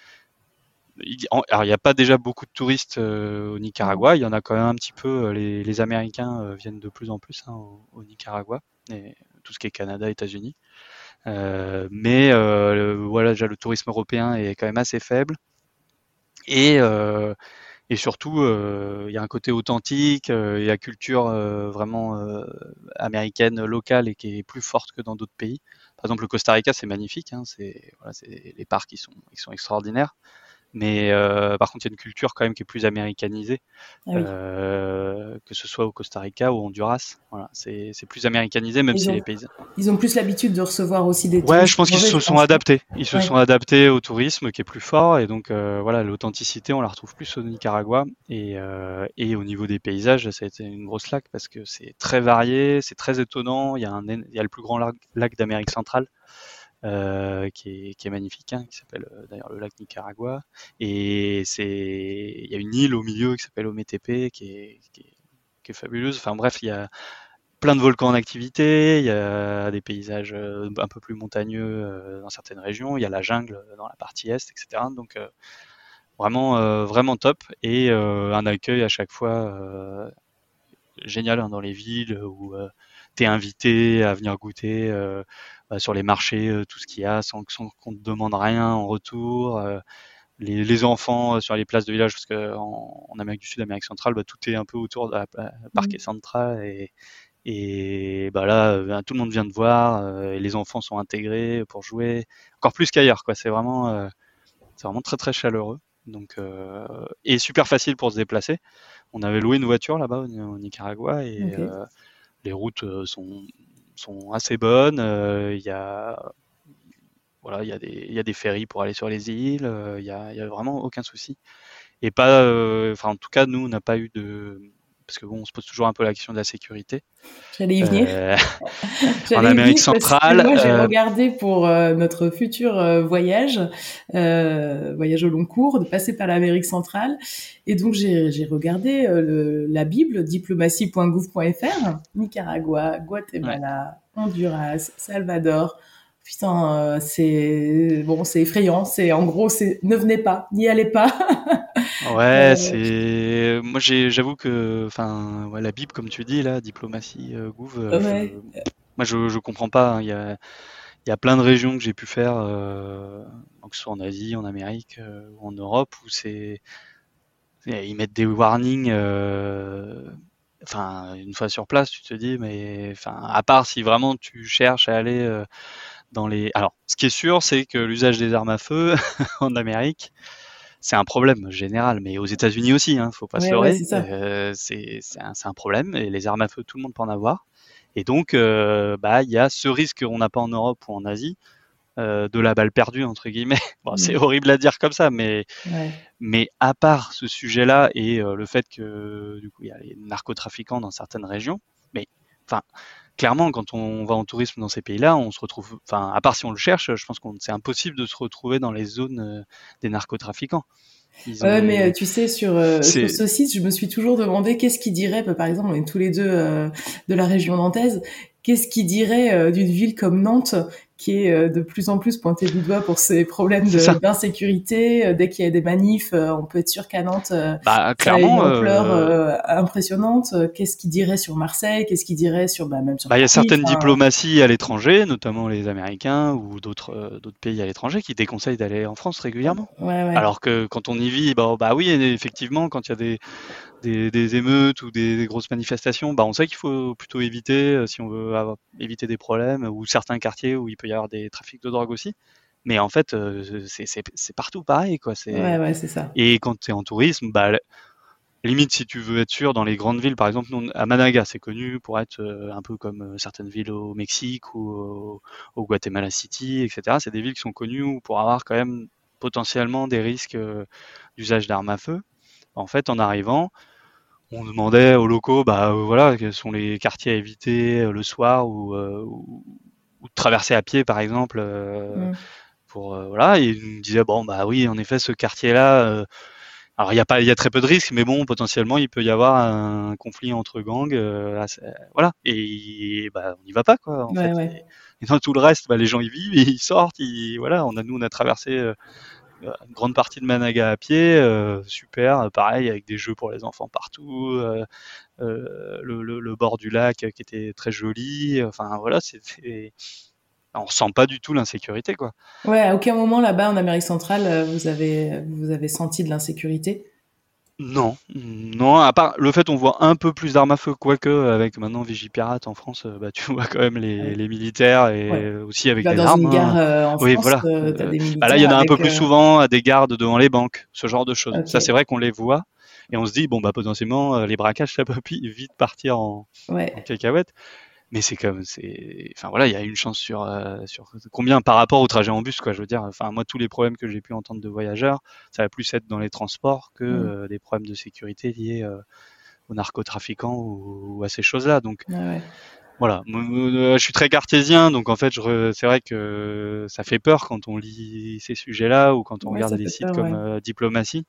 Il, alors il n'y a pas déjà beaucoup de touristes euh, au Nicaragua, il y en a quand même un petit peu. Les, les Américains euh, viennent de plus en plus hein, au, au Nicaragua, et tout ce qui est Canada, États-Unis. Euh, mais euh, le, voilà, déjà le tourisme européen est quand même assez faible. Et euh, et surtout, euh, il y a un côté authentique, euh, il y a la culture euh, vraiment euh, américaine locale et qui est plus forte que dans d'autres pays. Par exemple, le Costa Rica, c'est magnifique, hein, c'est, voilà, c'est, les parcs ils sont, ils sont extraordinaires. Mais euh, par contre, il y a une culture quand même qui est plus américanisée, Ah oui. euh, que ce soit au Costa Rica ou au Honduras. Voilà, c'est, c'est plus américanisé, même Ils si ont, les paysans. ils ont plus l'habitude de recevoir aussi des Ouais, je touristes pense qu'ils étrangers, se je sont pense. adaptés. Ils se Ouais. sont adaptés au tourisme qui est plus fort et donc euh, voilà, l'authenticité, on la retrouve plus au Nicaragua et euh, et au niveau des paysages, ça a été une grosse lac parce que c'est très varié, c'est très étonnant. Il y a un, il y a le plus grand lac, lac d'Amérique centrale. Euh, qui, est, qui est magnifique, hein, qui s'appelle euh, d'ailleurs le lac Nicaragua. Et c'est, il y a une île au milieu qui s'appelle Ometepe, qui est, qui est, qui est fabuleuse. Enfin bref, il y a plein de volcans en activité, il y a des paysages euh, un peu plus montagneux euh, dans certaines régions, il y a la jungle dans la partie est, et cetera. Donc euh, vraiment, euh, vraiment top et euh, un accueil à chaque fois euh, génial hein, dans les villes où euh, t'es invité à venir goûter euh, bah, sur les marchés euh, tout ce qu'il y a sans, sans qu'on te demande rien en retour. Euh, les, les enfants euh, sur les places de village parce que en, en Amérique du Sud, Amérique centrale, bah, tout est un peu autour de la, la parquet central et et bah là, euh, tout le monde vient de voir, euh, et les enfants sont intégrés pour jouer, encore plus qu'ailleurs, quoi. C'est vraiment, euh, c'est vraiment très très chaleureux. Donc euh, et super facile pour se déplacer. On avait loué une voiture là-bas au, au Nicaragua et Okay. euh, les routes sont sont assez bonnes. Il euh, y a voilà, il y a des il y a des ferries pour aller sur les îles. Il euh, y a il y a vraiment aucun souci. Et pas, enfin euh, en tout cas nous on n'a pas eu de parce que bon on se pose toujours un peu la question de la sécurité. J'allais y venir. Euh, en J'allais y Amérique venir parce que centrale. moi j'ai Euh, regardé pour euh, notre futur euh, voyage, euh, voyage au long cours, de passer par l'Amérique centrale, et donc j'ai, j'ai regardé euh, le, la Bible, diplomatie point gouv point f r, Nicaragua, Guatemala, ouais. Honduras, Salvador. Putain, euh, c'est bon, c'est effrayant. C'est en gros, c'est ne venez pas, n'y allez pas. Ouais, euh, c'est moi j'ai j'avoue que enfin ouais, la Bible comme tu dis là, diplomatie euh, gouv, euh, ouais. je moi je je comprends pas, hein. Il y a il y a plein de régions que j'ai pu faire euh, que ce soit en Asie, en Amérique euh, ou en Europe où c'est ils mettent des warnings euh, enfin une fois sur place, tu te dis mais enfin à part si vraiment tu cherches à aller euh, dans les alors ce qui est sûr c'est que l'usage des armes à feu en Amérique c'est un problème général, mais aux États-Unis aussi, hein, faut pas se Ouais, ouais, leurrer. c'est ça. Euh, c'est c'est un, c'est un problème et les armes à feu, tout le monde peut en avoir. Et donc, euh, bah, il y a ce risque qu'on n'a pas en Europe ou en Asie euh, de la balle perdue entre guillemets. Bon, c'est Mm. horrible à dire comme ça, mais Ouais. mais à part ce sujet-là et euh, le fait que du coup il y a les narcotrafiquants dans certaines régions, mais enfin clairement, quand on va en tourisme dans ces pays-là, on se retrouve, enfin, à part si on le cherche, je pense qu'on c'est impossible de se retrouver dans les zones euh, des narcotrafiquants. Ils Ouais, mais euh, ont, tu sais, sur euh, sur c'est, ce site, je me suis toujours demandé qu'est-ce qui dirait, bah, par exemple, on est tous les deux euh, de la région nantaise, qu'est-ce qui dirait euh, d'une ville comme Nantes, qui est euh, de plus en plus pointée du doigt pour ses problèmes c'est de, ça. d'insécurité. Euh, dès qu'il y a des manifs, euh, on peut être sûr qu'à Nantes, euh, Bah, ça a une clairement, ampleur euh, euh, impressionnante. Euh, Qu'est-ce qui dirait sur Marseille, qu'est-ce qui dirait sur, bah, même sur bah, il y a Paris. certaines Enfin, diplomaties à l'étranger, notamment les Américains ou d'autres, euh, d'autres pays à l'étranger qui déconseillent d'aller en France régulièrement. ouais, ouais. Alors que quand on y vit, bah, bah oui, effectivement, quand il y a des, des, des émeutes ou des, des grosses manifestations, bah on sait qu'il faut plutôt éviter euh, si on veut avoir, éviter des problèmes ou certains quartiers où il peut y avoir des trafics de drogue aussi. Mais en fait, euh, c'est, c'est, c'est partout pareil, quoi. Ouais, C'est ouais, c'est ça. et quand tu es en tourisme, bah limite si tu veux être sûr dans les grandes villes, par exemple nous, à Managa, c'est connu pour être euh, un peu comme euh, certaines villes au Mexique ou au, au Guatemala City, et cetera. C'est des villes qui sont connues pour avoir quand même potentiellement des risques euh, d'usage d'armes à feu. En fait, en arrivant, on demandait aux locaux, bah euh, voilà, quels sont les quartiers à éviter euh, le soir ou, euh, ou, ou de traverser à pied, par exemple, euh, Mm. pour euh, voilà. Et ils nous disaient bon bah oui, en effet, ce quartier-là, euh, Alors il y a pas, il y a très peu de risques, mais bon, potentiellement il peut y avoir un conflit entre gangs, euh, assez- voilà, et, bah on n'y va pas quoi, en Ouais, fait. ouais. Et, et dans tout le reste, bah, les gens y vivent, et ils sortent, ils, voilà, on a nous on a traversé euh, une grande partie de Managa à pied, euh, super, pareil avec des jeux pour les enfants partout, euh, euh, le, le, le bord du lac qui était très joli, enfin voilà, c'était, on ressent pas du tout l'insécurité quoi. Ouais, à aucun moment là-bas en Amérique centrale, euh, vous avez, vous avez senti de l'insécurité? Non, non, à part le fait on voit un peu plus d'armes à feu, quoique avec maintenant Vigipirate en France, euh, bah tu vois quand même les, Ouais. les militaires Ouais. et aussi Tu avec vas des dans armes. une gare Hein. euh, en Oui, France, voilà. euh, t'as Euh, des bah là, il militaires y en a un peu avec. plus Euh... souvent à des gardes devant les banques, ce genre de choses. Ok. Ça, c'est vrai qu'on les voit et on se dit bon bah potentiellement euh, les braquages ça peut pi- vite partir en, en Ouais. cacahuète. Mais c'est comme, c'est, enfin voilà, il y a une chance sur, euh, sur combien par rapport au trajet en bus, quoi. Je veux dire, enfin moi tous les problèmes que j'ai pu entendre de voyageurs, ça va plus être dans les transports que Mm. euh, des problèmes de sécurité liés euh, aux narcotrafiquants ou, ou à ces choses-là. Donc Ouais, ouais. voilà, je suis très cartésien, donc en fait, je re... c'est vrai que ça fait peur quand on lit ces sujets-là ou quand on Ouais, regarde ça des fait sites peur, comme ouais. euh, Diplomatie.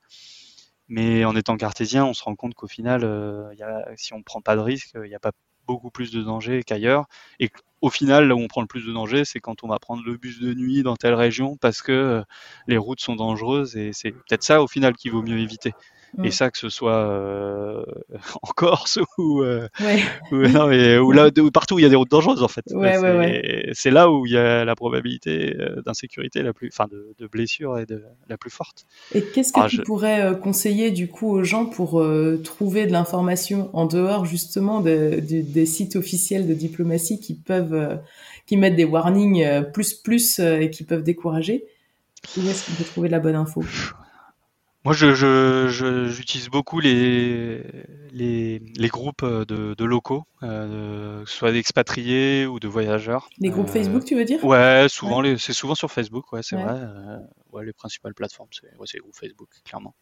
Mais en étant cartésien, on se rend compte qu'au final, euh, y a, si on ne prend pas de risque, il n'y a pas beaucoup plus de danger qu'ailleurs. Et au final, là où on prend le plus de danger, c'est quand on va prendre le bus de nuit dans telle région parce que euh, les routes sont dangereuses et c'est peut-être ça au final qu'il vaut mieux éviter. Et Mm. ça, que ce soit euh, en Corse ou, euh, Ouais. ou, non, mais, ou là, de, partout où il y a des routes dangereuses, en fait. Ouais, ouais, ouais. C'est, c'est là où il y a la probabilité euh, d'insécurité la plus, enfin, de, de blessure et de, la plus forte. Et qu'est-ce que Alors, tu je, pourrais euh, conseiller du coup aux gens pour euh, trouver de l'information en dehors justement de, de- des sites officiels de diplomatie qui peuvent, euh, qui mettent des warnings euh, plus plus euh, et qui peuvent décourager? Où est-ce qu'on peut trouver de la bonne info? Moi, je, je, je- j'utilise beaucoup les, les, les groupes de, de locaux, euh, que ce soit d'expatriés ou de voyageurs. Les groupes Euh, Facebook, tu veux dire? ouais, Ouais, souvent les, c'est souvent sur Facebook, ouais, c'est ouais. vrai. Euh, ouais, les principales plateformes, c'est, ouais, c'est les groupes Facebook, clairement.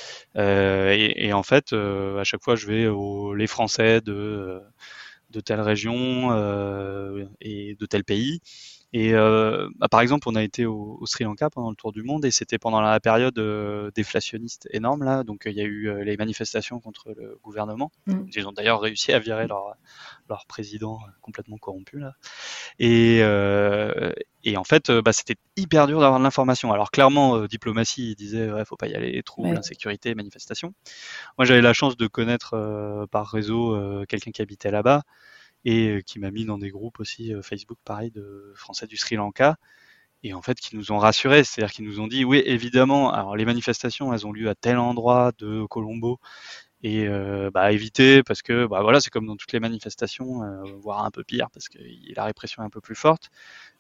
Euh, et, et en fait, euh, à chaque fois, je vais aux les Français de, de telle région euh, et de tel pays. Et euh, bah, par exemple, on a été au, au Sri Lanka pendant le tour du monde et c'était pendant la période euh, déflationniste énorme là. Donc il y a eu euh, les manifestations contre le gouvernement. Mm. Ils ont d'ailleurs réussi à virer leur leur président complètement corrompu là. Et euh, et en fait, euh, bah, c'était hyper dur d'avoir de l'information. Alors clairement, euh, diplomatie, ils disaient ouais, faut pas y aller, trouble, Ouais. insécurité, manifestation. Moi, j'avais la chance de connaître euh, par réseau euh, quelqu'un qui habitait là-bas et euh, qui m'a mis dans des groupes aussi euh, Facebook, pareil, de Français du Sri Lanka, et en fait qui nous ont rassurés, c'est-à-dire qu'ils nous ont dit oui, évidemment, alors les manifestations, elles ont lieu à tel endroit de Colombo, et euh, bah éviter parce que bah voilà, c'est comme dans toutes les manifestations, euh, voire un peu pire parce que la répression est un peu plus forte.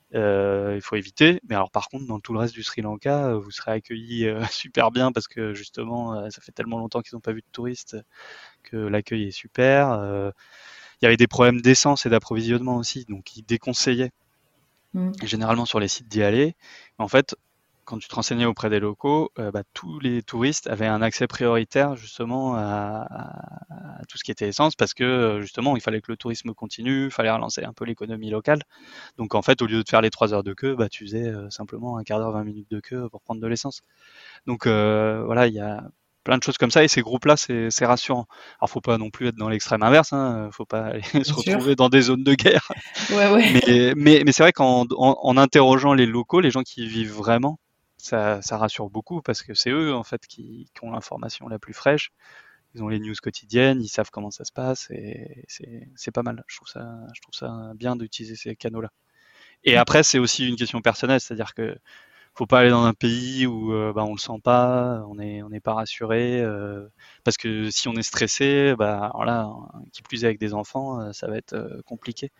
Euh, il faut éviter. Mais alors par contre, dans tout le reste du Sri Lanka, vous serez accueillis euh, super bien parce que justement, euh, ça fait tellement longtemps qu'ils n'ont pas vu de touristes que l'accueil est super. Euh, il y avait des problèmes d'essence et d'approvisionnement aussi, donc ils déconseillaient Mm. généralement sur les sites d'y aller. En fait, quand tu te renseignais auprès des locaux, euh, bah, tous les touristes avaient un accès prioritaire justement à, à, à tout ce qui était essence parce que justement il fallait que le tourisme continue, il fallait relancer un peu l'économie locale. Donc en fait, au lieu de faire les trois heures de queue, bah, tu faisais euh, simplement un quart d'heure, vingt minutes de queue pour prendre de l'essence. Donc euh, voilà, il y a plein de choses comme ça et ces groupes-là, c'est, c'est rassurant. Alors faut pas non plus être dans l'extrême inverse, hein, faut pas aller se Bien sûr. retrouver dans des zones de guerre. Ouais, ouais. Mais, mais, mais c'est vrai qu'en en, en interrogeant les locaux, les gens qui y vivent vraiment, ça, ça rassure beaucoup parce que c'est eux en fait qui, qui ont l'information la plus fraîche. Ils ont les news quotidiennes, ils savent comment ça se passe et c'est, c'est pas mal. Je trouve ça, je trouve ça bien d'utiliser ces canaux-là. Et après, c'est aussi une question personnelle, c'est-à-dire que faut pas aller dans un pays où euh, bah, on le sent pas, on est on n'est pas rassuré, euh, parce que si on est stressé, bah voilà, qui plus est avec des enfants, euh, ça va être euh, compliqué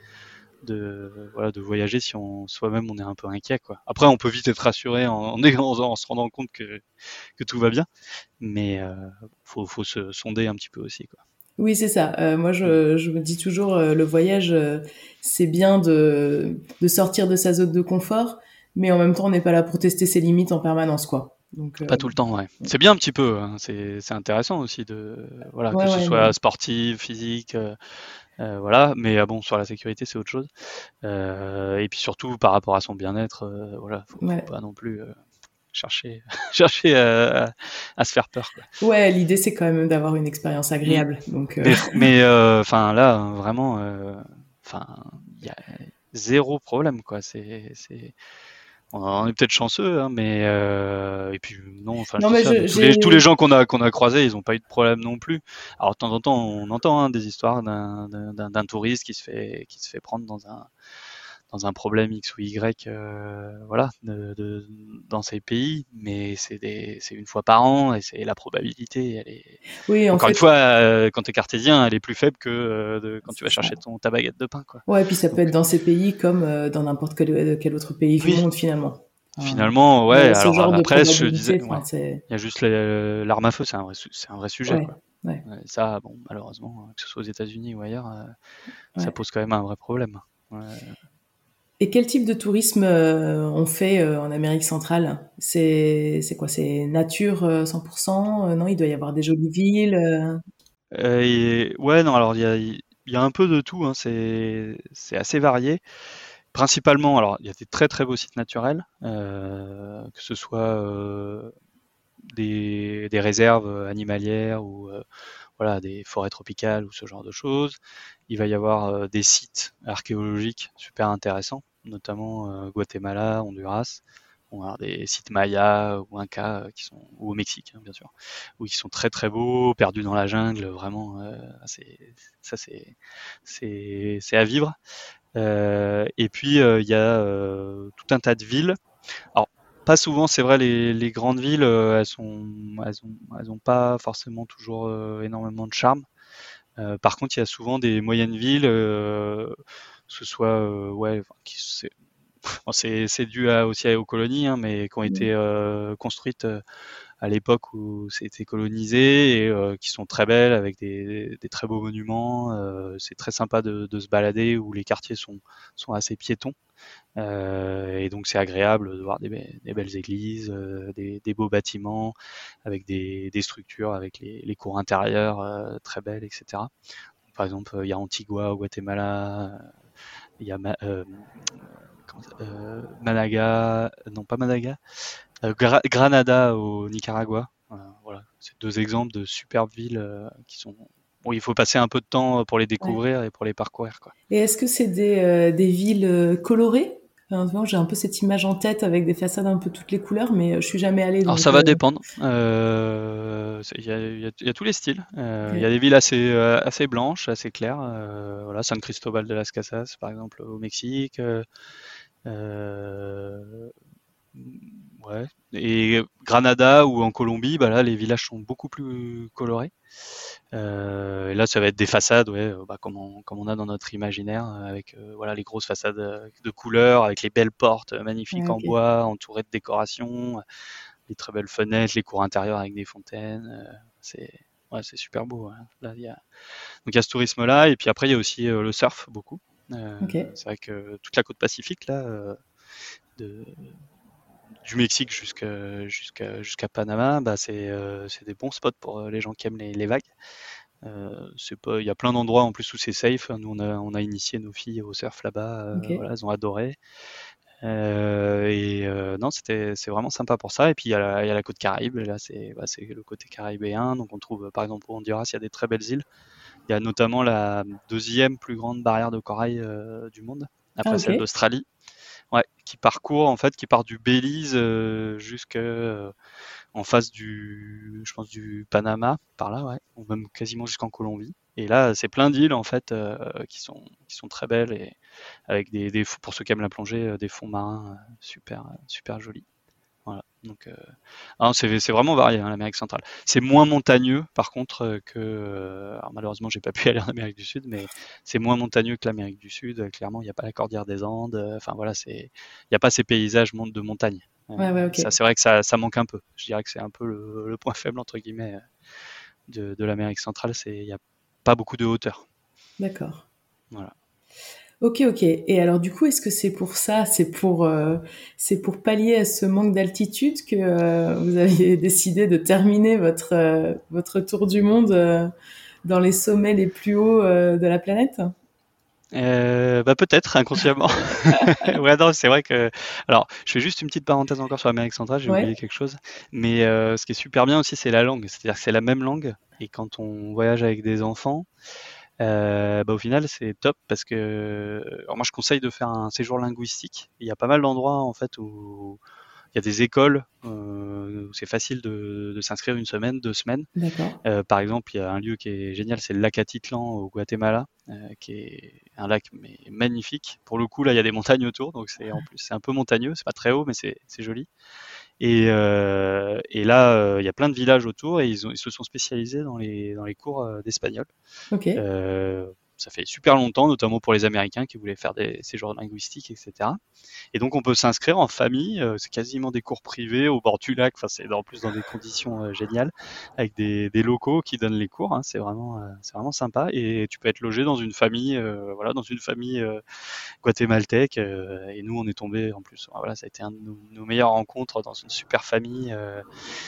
de voilà de voyager si on soi-même on est un peu inquiet quoi. Après, on peut vite être rassuré en, en, en, en se rendant compte que que tout va bien, mais euh, faut faut se sonder un petit peu aussi quoi. Oui, c'est ça. Euh, moi, Mm. je, je me dis toujours, euh, le voyage, euh, c'est bien de, de sortir de sa zone de confort, mais en même temps, on n'est pas là pour tester ses limites en permanence, quoi. Donc, euh, Pas tout le temps, ouais. C'est bien un petit peu, hein. C'est c'est intéressant aussi de voilà que ouais, ce ouais, soit mais sportif, physique. Euh, Euh, voilà, mais ah bon, sur la sécurité, c'est autre chose. Euh, et puis surtout, par rapport à son bien-être, euh, voilà, faut, faut ouais. pas non plus. Euh... chercher, chercher à, à se faire peur, quoi. Ouais, l'idée c'est quand même d'avoir une expérience agréable. Mmh. Donc, euh... mais enfin euh, là, vraiment, enfin, euh, il y a zéro problème, quoi. C'est, c'est... On est peut-être chanceux, hein, mais euh, et puis non, enfin, non, je dis ça, je, tous, les, tous les gens qu'on a qu'on a croisés, ils n'ont pas eu de problème non plus. Alors de temps en temps, on entend hein, des histoires d'un, d'un, d'un touriste qui se fait qui se fait prendre dans un dans un problème X ou Y, euh, voilà, de, de, dans ces pays, mais c'est, des, c'est une fois par an et c'est la probabilité, elle est. Oui, en encore fait... une fois, euh, quand tu es cartésien, elle est plus faible que euh, de, quand c'est tu vas chercher ton, ta baguette de pain, quoi. Ouais, et puis ça peut Donc, être dans ces pays comme euh, dans n'importe quel, quel autre pays oui. du monde finalement. Finalement, ouais. Alors genre après, je disais, ouais, c'est... il y a juste les, l'arme à feu, c'est un vrai, c'est un vrai sujet, ouais, quoi. Ouais. Ça, bon, malheureusement, que ce soit aux États-Unis ou ailleurs, euh, ouais. ça pose quand même un vrai problème. Ouais. Et quel type de tourisme euh, on fait euh, en Amérique centrale ? C'est, c'est quoi ? C'est nature euh, cent pour cent ? euh, Non, il doit y avoir des jolies villes. Euh... Euh, et, ouais, non, alors il y a, il y a un peu de tout. Hein, c'est, c'est assez varié. Principalement, alors il y a des très très beaux sites naturels, euh, que ce soit euh, des, des réserves animalières ou euh, voilà des forêts tropicales ou ce genre de choses. Il va y avoir euh, des sites archéologiques super intéressants, notamment euh, Guatemala, Honduras. On va avoir des sites mayas ou incas qui sont, ou au Mexique hein, bien sûr, où ils sont très très beaux, perdus dans la jungle, vraiment. Euh, c'est, ça c'est, c'est, c'est à vivre. Euh, et puis il euh, y a euh, tout un tas de villes. Alors pas souvent, c'est vrai, les, les grandes villes, euh, elles sont, elles ont, elles ont pas forcément toujours euh, énormément de charme. Euh, par contre, il y a souvent des moyennes villes, euh, que ce soit, euh, ouais, qui, c'est, bon, c'est, c'est dû à, aussi aux colonies, hein, mais qui ont été euh, construites euh, à l'époque où c'était colonisé et euh, qui sont très belles avec des, des très beaux monuments. Euh, c'est très sympa de, de se balader où les quartiers sont, sont assez piétons. Euh, et donc c'est agréable de voir des, des belles églises, euh, des, des beaux bâtiments avec des, des structures, avec les, les cours intérieures euh, très belles, et cetera. Donc, par exemple, il y a Antigua au Guatemala, il y a euh, euh, Managa, non pas Managa, euh, Gra- Granada au Nicaragua. Euh, voilà, c'est deux exemples de superbes villes euh, qui sont. Bon, il faut passer un peu de temps pour les découvrir ouais. et pour les parcourir, quoi. Et est-ce que c'est des, euh, des villes colorées ? Enfin, j'ai un peu cette image en tête avec des façades un peu toutes les couleurs, mais je suis jamais allée. Alors ça va euh... dépendre. Il euh, y, y, y, y a tous les styles. Il euh, okay. y a des villes assez, euh, assez blanches, assez claires. Euh, voilà, San Cristobal de las Casas, par exemple, au Mexique. Euh, ouais. Et Granada ou en Colombie, bah là, les villages sont beaucoup plus colorés. Euh, et là, ça va être des façades, ouais, bah, comme, on, comme on a dans notre imaginaire, avec euh, voilà les grosses façades de couleurs, avec les belles portes magnifiques ouais, okay. en bois, entourées de décorations, les très belles fenêtres, les cours intérieurs avec des fontaines. Euh, c'est ouais, c'est super beau. Hein. Là, il y a donc il y a ce tourisme-là, et puis après il y a aussi euh, le surf beaucoup. Euh, okay. C'est vrai que toute la côte Pacifique là, euh, de du Mexique jusqu'à, jusqu'à, jusqu'à Panama, bah c'est, euh, c'est des bons spots pour les gens qui aiment les, les vagues. Euh, c'est pas, il y a plein d'endroits en plus où c'est safe. Nous, on a, on a initié nos filles au surf là-bas. Euh, okay. Voilà, elles ont adoré. Euh, et euh, non, c'était, c'est vraiment sympa pour ça. Et puis il y a la, il y a la côte Caraïbe. Là, c'est, bah, c'est le côté caribéen. Donc on trouve, par exemple, au Honduras, il y a des très belles îles. Il y a notamment la deuxième plus grande barrière de corail euh, du monde, après ah, okay. celle d'Australie. Ouais, qui parcourt en fait, qui part du Belize euh, jusqu'en euh, face du, je pense du Panama, par là, ouais, ou même quasiment jusqu'en Colombie. Et là, c'est plein d'îles en fait euh, qui sont qui sont très belles et avec des, des pour ceux qui aiment la plongée, euh, des fonds marins euh, super super jolis. Voilà. Donc, euh, alors c'est, c'est vraiment varié hein, l'Amérique centrale. C'est moins montagneux, par contre, euh, que. Euh, alors malheureusement, j'ai pas pu aller en Amérique du Sud, mais c'est moins montagneux que l'Amérique du Sud. Euh, clairement, il n'y a pas la cordillère des Andes. Enfin euh, voilà, c'est, il n'y a pas ces paysages de montagne. Euh, ouais, ouais, okay. Ça, c'est vrai que ça, ça manque un peu. Je dirais que c'est un peu le, le point faible entre guillemets de, de l'Amérique centrale. C'est, il n'y a pas beaucoup de hauteur. D'accord. Voilà. Ok, ok. Et alors du coup, est-ce que c'est pour ça, c'est pour, euh, c'est pour pallier à ce manque d'altitude que euh, vous avez décidé de terminer votre euh, votre tour du monde euh, dans les sommets les plus hauts euh, de la planète ? Euh, bah peut-être inconsciemment. Ouais, non, c'est vrai que. Alors, je fais juste une petite parenthèse encore sur l'Amérique centrale. J'ai oublié Ouais, quelque chose. Mais euh, ce qui est super bien aussi, c'est la langue. C'est-à-dire que c'est la même langue. Et quand on voyage avec des enfants, euh, bah, au final, c'est top parce que. Alors moi, je conseille de faire un séjour linguistique. Il y a pas mal d'endroits en fait où il y a des écoles euh, où c'est facile de, de s'inscrire une semaine, deux semaines. d'accord. Euh, par exemple, il y a un lieu qui est génial, c'est le lac Atitlan au Guatemala, euh, qui est un lac mais magnifique. Pour le coup, là, il y a des montagnes autour, donc c'est en plus c'est un peu montagneux, c'est pas très haut, mais c'est c'est joli. Et, euh, et là, euh, il y a plein de villages autour et ils, ont, ils se sont spécialisés dans les dans les cours euh, d'espagnol. Ok. Euh, Ça fait super longtemps, notamment pour les Américains qui voulaient faire des séjours linguistiques, et cetera. Et donc on peut s'inscrire en famille, euh, c'est quasiment des cours privés au bord du lac, enfin c'est en plus dans des conditions euh, géniales, avec des, des locaux qui donnent les cours, hein, c'est vraiment, euh, c'est vraiment sympa. Et tu peux être logé dans une famille, euh, voilà, dans une famille euh, guatémaltèque. Euh, et nous on est tombé en plus, voilà, ça a été un de nos, nos meilleures rencontres dans une super famille. Euh,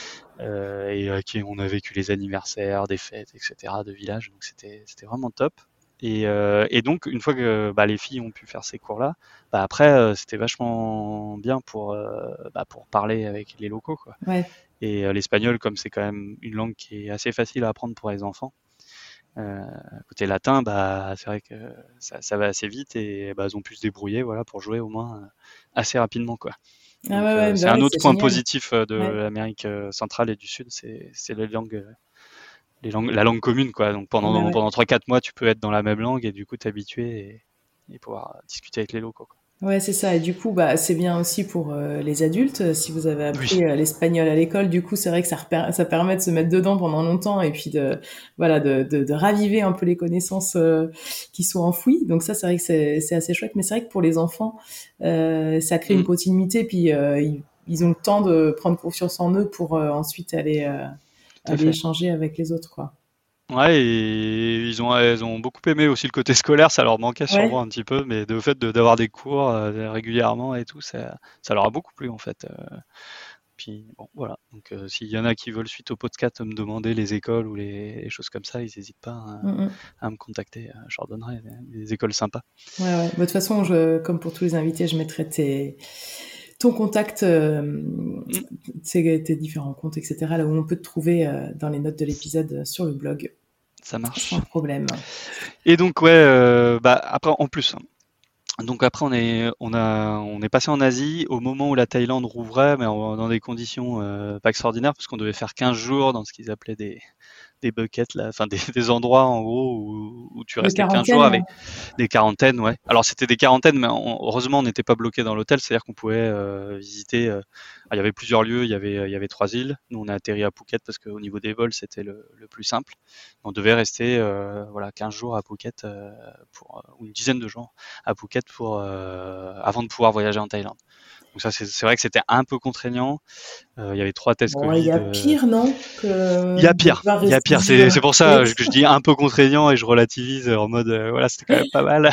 euh, et euh, qui on a vécu les anniversaires, des fêtes, et cetera de village, donc c'était c'était vraiment top. Et, euh, et donc une fois que bah, les filles ont pu faire ces cours-là, bah, après euh, c'était vachement bien pour euh, bah, pour parler avec les locaux quoi. Ouais. Et euh, l'espagnol comme c'est quand même une langue qui est assez facile à apprendre pour les enfants. Euh, Côté latin, bah c'est vrai que ça, ça va assez vite et bah, elles ont pu se débrouiller voilà pour jouer au moins euh, assez rapidement quoi. Ah ouais, Donc ouais, euh, c'est bah un ouais, autre c'est point génial. positif euh, de Ouais. l'Amérique euh, centrale et du Sud, c'est c'est les langues, euh, les langues, la langue commune quoi. Donc Bah pendant ouais. pendant trois quatre mois, tu peux être dans la même langue et du coup t'habituer et, et pouvoir discuter avec les locaux quoi. Ouais, c'est ça. Et du coup, bah, c'est bien aussi pour euh, les adultes. Si vous avez Oui, appris euh, l'espagnol à l'école, du coup, c'est vrai que ça, reper- ça permet de se mettre dedans pendant longtemps et puis de, voilà, de, de, de raviver un peu les connaissances euh, qui sont enfouies. Donc ça, c'est vrai que c'est, c'est assez chouette. Mais c'est vrai que pour les enfants, euh, ça crée une mm, continuité. Puis euh, ils, ils ont le temps de prendre confiance en eux pour euh, ensuite aller, euh, tout à aller fait. échanger avec les autres, quoi. Ouais, et ils ont, elles ont beaucoup aimé aussi le côté scolaire, ça leur manquait sûrement Ouais. un petit peu, mais le fait de- d'avoir des cours euh, régulièrement et tout, ça, ça leur a beaucoup plu en fait. Euh, Puis bon, voilà. Donc euh, s'il y en a qui veulent suite au podcast me demander les écoles ou les, les choses comme ça, ils n'hésitent pas à, Mm, mm. à me contacter. Euh, Je leur donnerai des, des écoles sympas. Ouais, ouais. Bah, de toute façon, je, comme pour tous les invités, je mettrai tes, ton contact, euh, Mm, tes, tes différents comptes, et cetera, là où on peut te trouver euh, dans les notes de l'épisode euh, sur le blog, ça sans marche. problème. Et donc ouais, euh, bah après en plus. Hein. Donc après on est on a on est passé en Asie au moment où la Thaïlande rouvrait, mais en- dans des conditions euh, pas extraordinaires parce qu'on devait faire quinze jours dans ce qu'ils appelaient des des buckets là, enfin des, des endroits en gros où, où tu De restais quinze jours quarantaine, là. avec des quarantaines, ouais. Alors c'était des quarantaines, mais on- heureusement on n'était pas bloqué dans l'hôtel, c'est-à-dire qu'on pouvait euh, visiter. Euh, il y avait plusieurs lieux, il y avait il y avait trois îles. Nous on a atterri à Phuket parce qu'au niveau des vols c'était le, le plus simple. On devait rester euh, voilà quinze jours à Phuket euh, pour ou une dizaine de jours à Phuket pour euh, avant de pouvoir voyager en Thaïlande. Donc ça c'est c'est vrai que c'était un peu contraignant. Euh, il y avait trois tests Bon, il y Covid. a Euh, pire, non, il y que a de pire, devoir il y a rester pire. dix jours C'est à c'est pour ça Phuket. que je dis un peu contraignant et je relativise en mode euh, voilà c'était quand même pas mal.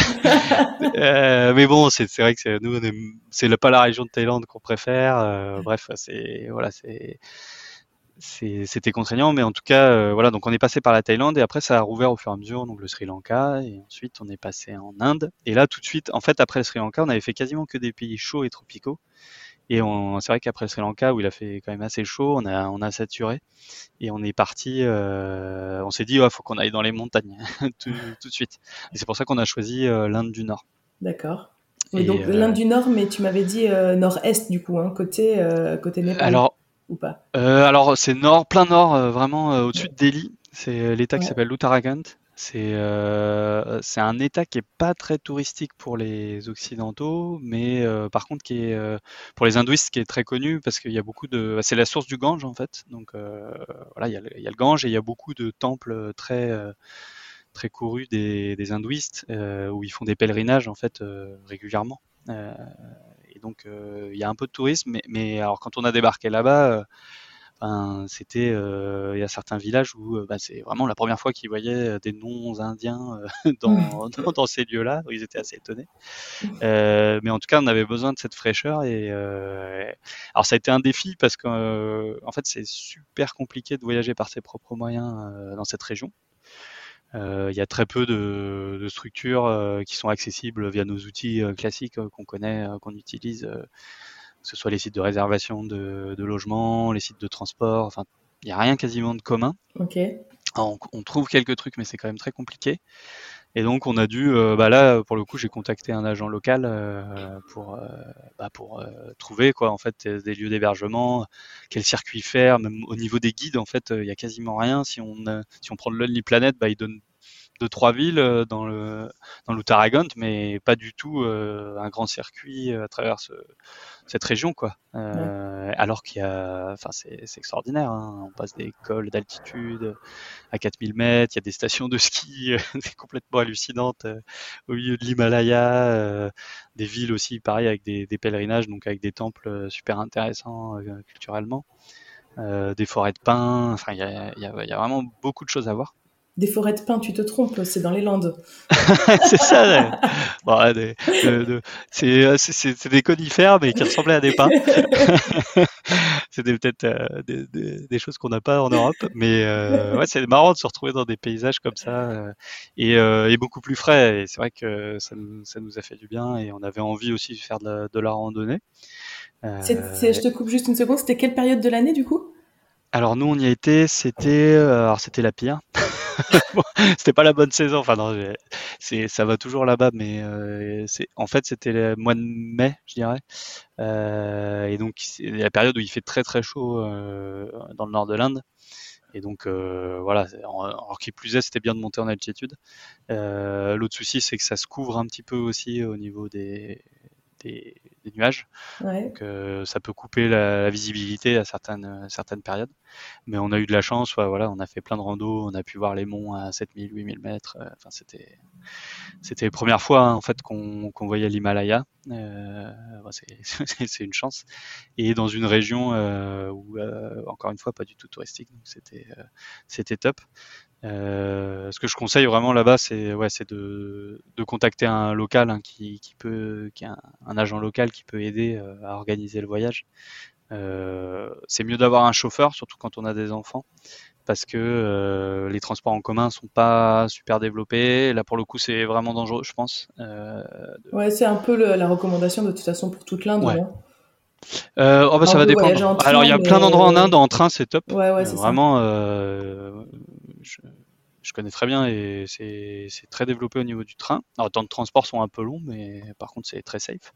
Euh, mais bon c'est c'est vrai que c'est, nous on est, c'est le- pas la région de Thaïlande qu'on préfère. Euh, bref c'est voilà c'est c'est- c'était contraignant, mais en tout cas euh, voilà donc on est passé par la Thaïlande et après ça a rouvert au fur et à mesure donc le Sri Lanka et ensuite on est passé en Inde et là tout de suite en fait après le Sri Lanka on avait fait quasiment que des pays chauds et tropicaux et on, c'est vrai qu'après le Sri Lanka où il a fait quand même assez chaud on a on a saturé et on est parti. Euh, on s'est dit, ouais, faut qu'on aille dans les montagnes tout, tout de suite. Et c'est pour ça qu'on a choisi euh, l'Inde du Nord. D'accord. Oui, Et donc l'Inde euh, du Nord, mais tu m'avais dit euh, nord-est, du coup, hein, côté, euh, côté Népal, alors, ou pas? euh, alors c'est nord, plein nord, euh, vraiment euh, au-dessus de Delhi. C'est l'État qui Ouais. s'appelle l'Uttarakhand. C'est euh, c'est un État qui est pas très touristique pour les Occidentaux, mais euh, par contre qui est euh, pour les hindouistes qui est très connu parce qu'il y a beaucoup de, c'est la source du Gange en fait. Donc euh, voilà, il y, a le, il y a le Gange et il y a beaucoup de temples très euh, très couru des, des hindouistes euh, où ils font des pèlerinages en fait euh, régulièrement. Euh, et donc euh, il y a un peu de tourisme, mais, mais alors quand on a débarqué là-bas, euh, ben, c'était euh, il y a certains villages où euh, ben, c'est vraiment la première fois qu'ils voyaient des noms indiens euh, dans, dans, dans ces lieux-là, où ils étaient assez étonnés. Euh, mais en tout cas, on avait besoin de cette fraîcheur et euh, alors ça a été un défi parce que euh, en fait c'est super compliqué de voyager par ses propres moyens euh, dans cette région. Euh, Il y a très peu de, de structures euh, qui sont accessibles via nos outils euh, classiques euh, qu'on connaît, euh, qu'on utilise, euh, que ce soit les sites de réservation de, de logement, les sites de transport. Enfin, il n'y a rien quasiment de commun. Ok. Alors, on, on trouve quelques trucs, mais c'est quand même très compliqué. Et donc, on a dû, euh, bah là, pour le coup, j'ai contacté un agent local euh, pour, euh, bah pour euh, trouver quoi, en fait, des lieux d'hébergement, quel circuit faire. Même au niveau des guides, en fait, il y a quasiment rien. Si on, euh, si on prend le Lonely Planet, bah, il donne deux trois villes euh, dans le dans l'Outaouais, mais pas du tout euh, un grand circuit à travers ce, cette région, quoi. Euh, ouais. Alors qu'il y a, enfin, c'est, c'est extraordinaire. Hein. On passe des cols d'altitude à quatre mille mètres, il y a des stations de ski euh, complètement hallucinantes euh, au milieu de l'Himalaya, euh, des villes aussi, pareil, avec des, des pèlerinages, donc avec des temples euh, super intéressants euh, culturellement, euh, des forêts de pins. Enfin, il y a, y, a, y a vraiment beaucoup de choses à voir. Des forêts de pins, tu te trompes, c'est dans les Landes. C'est ça. Bon, ouais, des, de, de, c'est, c'est, c'est des conifères, mais qui ressemblaient à des pins. C'était peut-être euh, des, des, des choses qu'on n'a pas en Europe, mais euh, ouais, c'est marrant de se retrouver dans des paysages comme ça euh, et, euh, et beaucoup plus frais. Et c'est vrai que ça nous, ça nous a fait du bien et on avait envie aussi de faire de la, de la randonnée. Euh, c'est, c'est, je te coupe juste une seconde. C'était quelle période de l'année du coup ? Alors nous, on y a été. C'était, alors c'était la pire. Bon, c'était pas la bonne saison. Enfin non, c'est, ça va toujours là-bas, mais euh, c'est, en fait, c'était le mois de mai, je dirais. Euh, et donc, c'est la période où il fait très très chaud euh, dans le nord de l'Inde. Et donc, euh, voilà. Alors qui plus est, c'était bien de monter en altitude. Euh, l'autre souci, c'est que ça se couvre un petit peu aussi au niveau des Des, des nuages, ouais. Donc euh, ça peut couper la, la visibilité à certaines, certaines périodes. Mais on a eu de la chance, ouais, voilà, on a fait plein de rando, on a pu voir les monts à sept mille, huit mille mètres. Euh, enfin, c'était, c'était la première fois hein, en fait qu'on, qu'on voyait l'Himalaya. Euh, bah, c'est, c'est, c'est une chance. Et dans une région euh, où, euh, encore une fois, pas du tout touristique, donc c'était, euh, c'était top. Euh, ce que je conseille vraiment là-bas, c'est ouais, c'est de, de contacter un local hein, qui, qui peut, qui est un, un agent local qui peut aider euh, à organiser le voyage. Euh, c'est mieux d'avoir un chauffeur, surtout quand on a des enfants, parce que euh, les transports en commun sont pas super développés. Là, pour le coup, c'est vraiment dangereux, je pense. Euh, de... Ouais, c'est un peu le, la recommandation de toute façon pour toute l'Inde, ouais. non ? Euh, oh bah ça va dépendre. Train, alors il y a plein d'endroits en Inde, en train c'est top. Ouais, ouais, c'est euh, vraiment, euh, je, je connais très bien et c'est, c'est très développé au niveau du train. Alors les temps de transport sont un peu longs, mais par contre c'est très safe.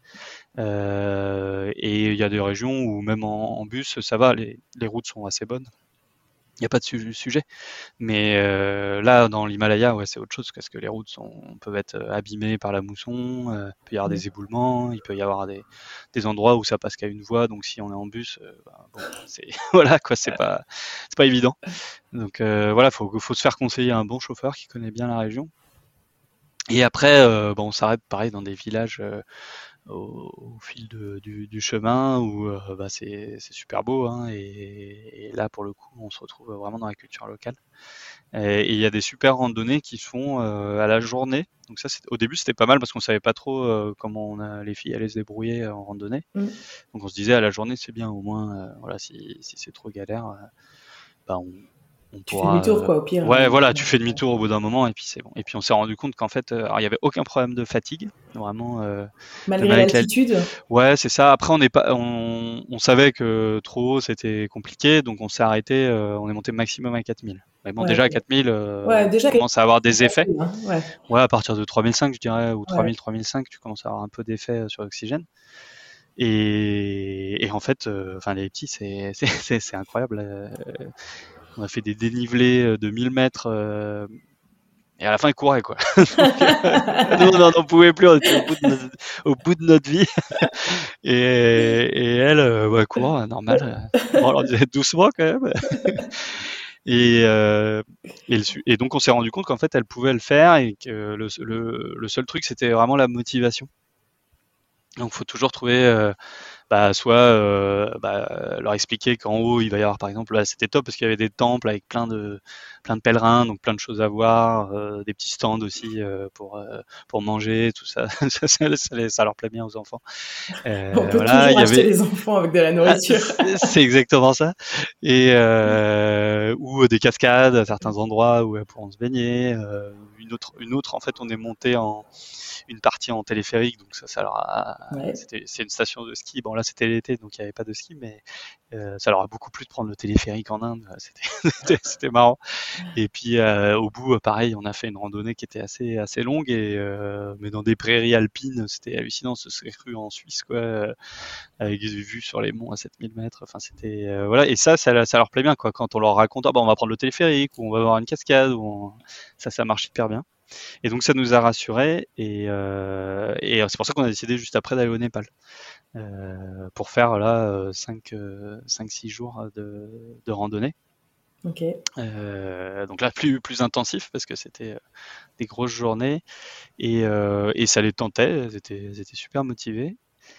Euh, et il y a des régions où même en, en bus ça va, les, les routes sont assez bonnes. Il n'y a pas de su- sujet. Mais euh, là, dans l'Himalaya, ouais, c'est autre chose parce que les routes sont, peuvent être abîmées par la mousson, euh, il peut y avoir des éboulements, il peut y avoir des, des endroits où ça passe qu'à une voie. Donc si on est en bus, euh, bah, bon, c'est voilà quoi, c'est pas c'est pas évident. Donc euh, voilà, faut faut se faire conseiller un bon chauffeur qui connaît bien la région. Et après, euh, bon, on s'arrête pareil dans des villages. Euh, Au, au fil de, du, du chemin où euh, bah c'est, c'est super beau hein, et, et là pour le coup on se retrouve vraiment dans la culture locale et il y a des super randonnées qui se font euh, à la journée, donc ça c'est, au début c'était pas mal parce qu'on savait pas trop euh, comment on a, les filles allaient se débrouiller en randonnée, mmh. Donc on se disait à la journée c'est bien, au moins euh, voilà, si, si c'est trop galère euh, bah on On tu pourra, fais demi-tour quoi au pire. Ouais, euh, voilà, tu fais demi-tour au bout d'un moment et puis c'est bon. Et puis on s'est rendu compte qu'en fait, euh, alors il y avait aucun problème de fatigue, vraiment. Euh, Malgré l'altitude. La... Ouais, c'est ça. Après, on est pas, on, on savait que trop haut c'était compliqué, donc on s'est arrêté. Euh, on est monté maximum à quatre mille. Mais bon, ouais, déjà à quatre mille, euh, ouais, déjà tu commences à avoir des effets. Hein, ouais. ouais, à partir de trois mille cinq, je dirais, ou trois mille, trois mille cinq, tu commences à avoir un peu d'effet sur l'oxygène. Et, et en fait, euh, enfin les petits, c'est, c'est, c'est, c'est incroyable. Euh, On a fait des dénivelés de mille mètres euh, et à la fin ils couraient quoi. Donc, euh, nous on n'en pouvait plus, on était au bout de notre, au bout de notre vie. Et, et elle, euh, bah, court, normal. Bon, on leur disait doucement quand même. Et, euh, et, le, et donc on s'est rendu compte qu'en fait elle pouvait le faire et que le, le, le seul truc c'était vraiment la motivation. Donc faut toujours trouver euh, bah, soit euh, bah, leur expliquer qu'en haut il va y avoir, par exemple, là c'était top parce qu'il y avait des temples avec plein de plein de pèlerins, donc plein de choses à voir, euh, des petits stands aussi euh, pour euh, pour manger, tout ça. ça, ça, ça, ça leur plaît bien aux enfants. Euh, On peut voilà, il toujours y acheter avait les enfants avec de la ah, nourriture. c'est c'est exactement ça. Et euh, ou des cascades à certains endroits où elles pourront se baigner. Euh, une autre, une autre, en fait, on est monté en une partie en téléphérique, donc ça, ça leur a, Ouais. c'était, c'est une station de ski. Bon là, c'était l'été, donc il n'y avait pas de ski, mais euh, ça leur a beaucoup plu de prendre le téléphérique en Inde. C'était, c'était, c'était marrant. Et puis euh, au bout, pareil, on a fait une randonnée qui était assez, assez longue, et euh, mais dans des prairies alpines, c'était hallucinant. Ce serait cru en Suisse, quoi, avec des vues sur les monts à sept mille mètres. Enfin, c'était euh, voilà. Et ça, ça, ça leur plaît bien, quoi. Quand on leur raconte, ah, bah, on va prendre le téléphérique, ou on va voir une cascade, ou on... ça, ça marche hyper bien. Et donc ça nous a rassurés, et, euh, et c'est pour ça qu'on a décidé juste après d'aller au Népal euh, pour faire là cinq six jours de, de randonnée. Ok. Euh, donc là plus plus intensif parce que c'était des grosses journées, et, euh, et ça les tentait, ils étaient, ils étaient super motivés.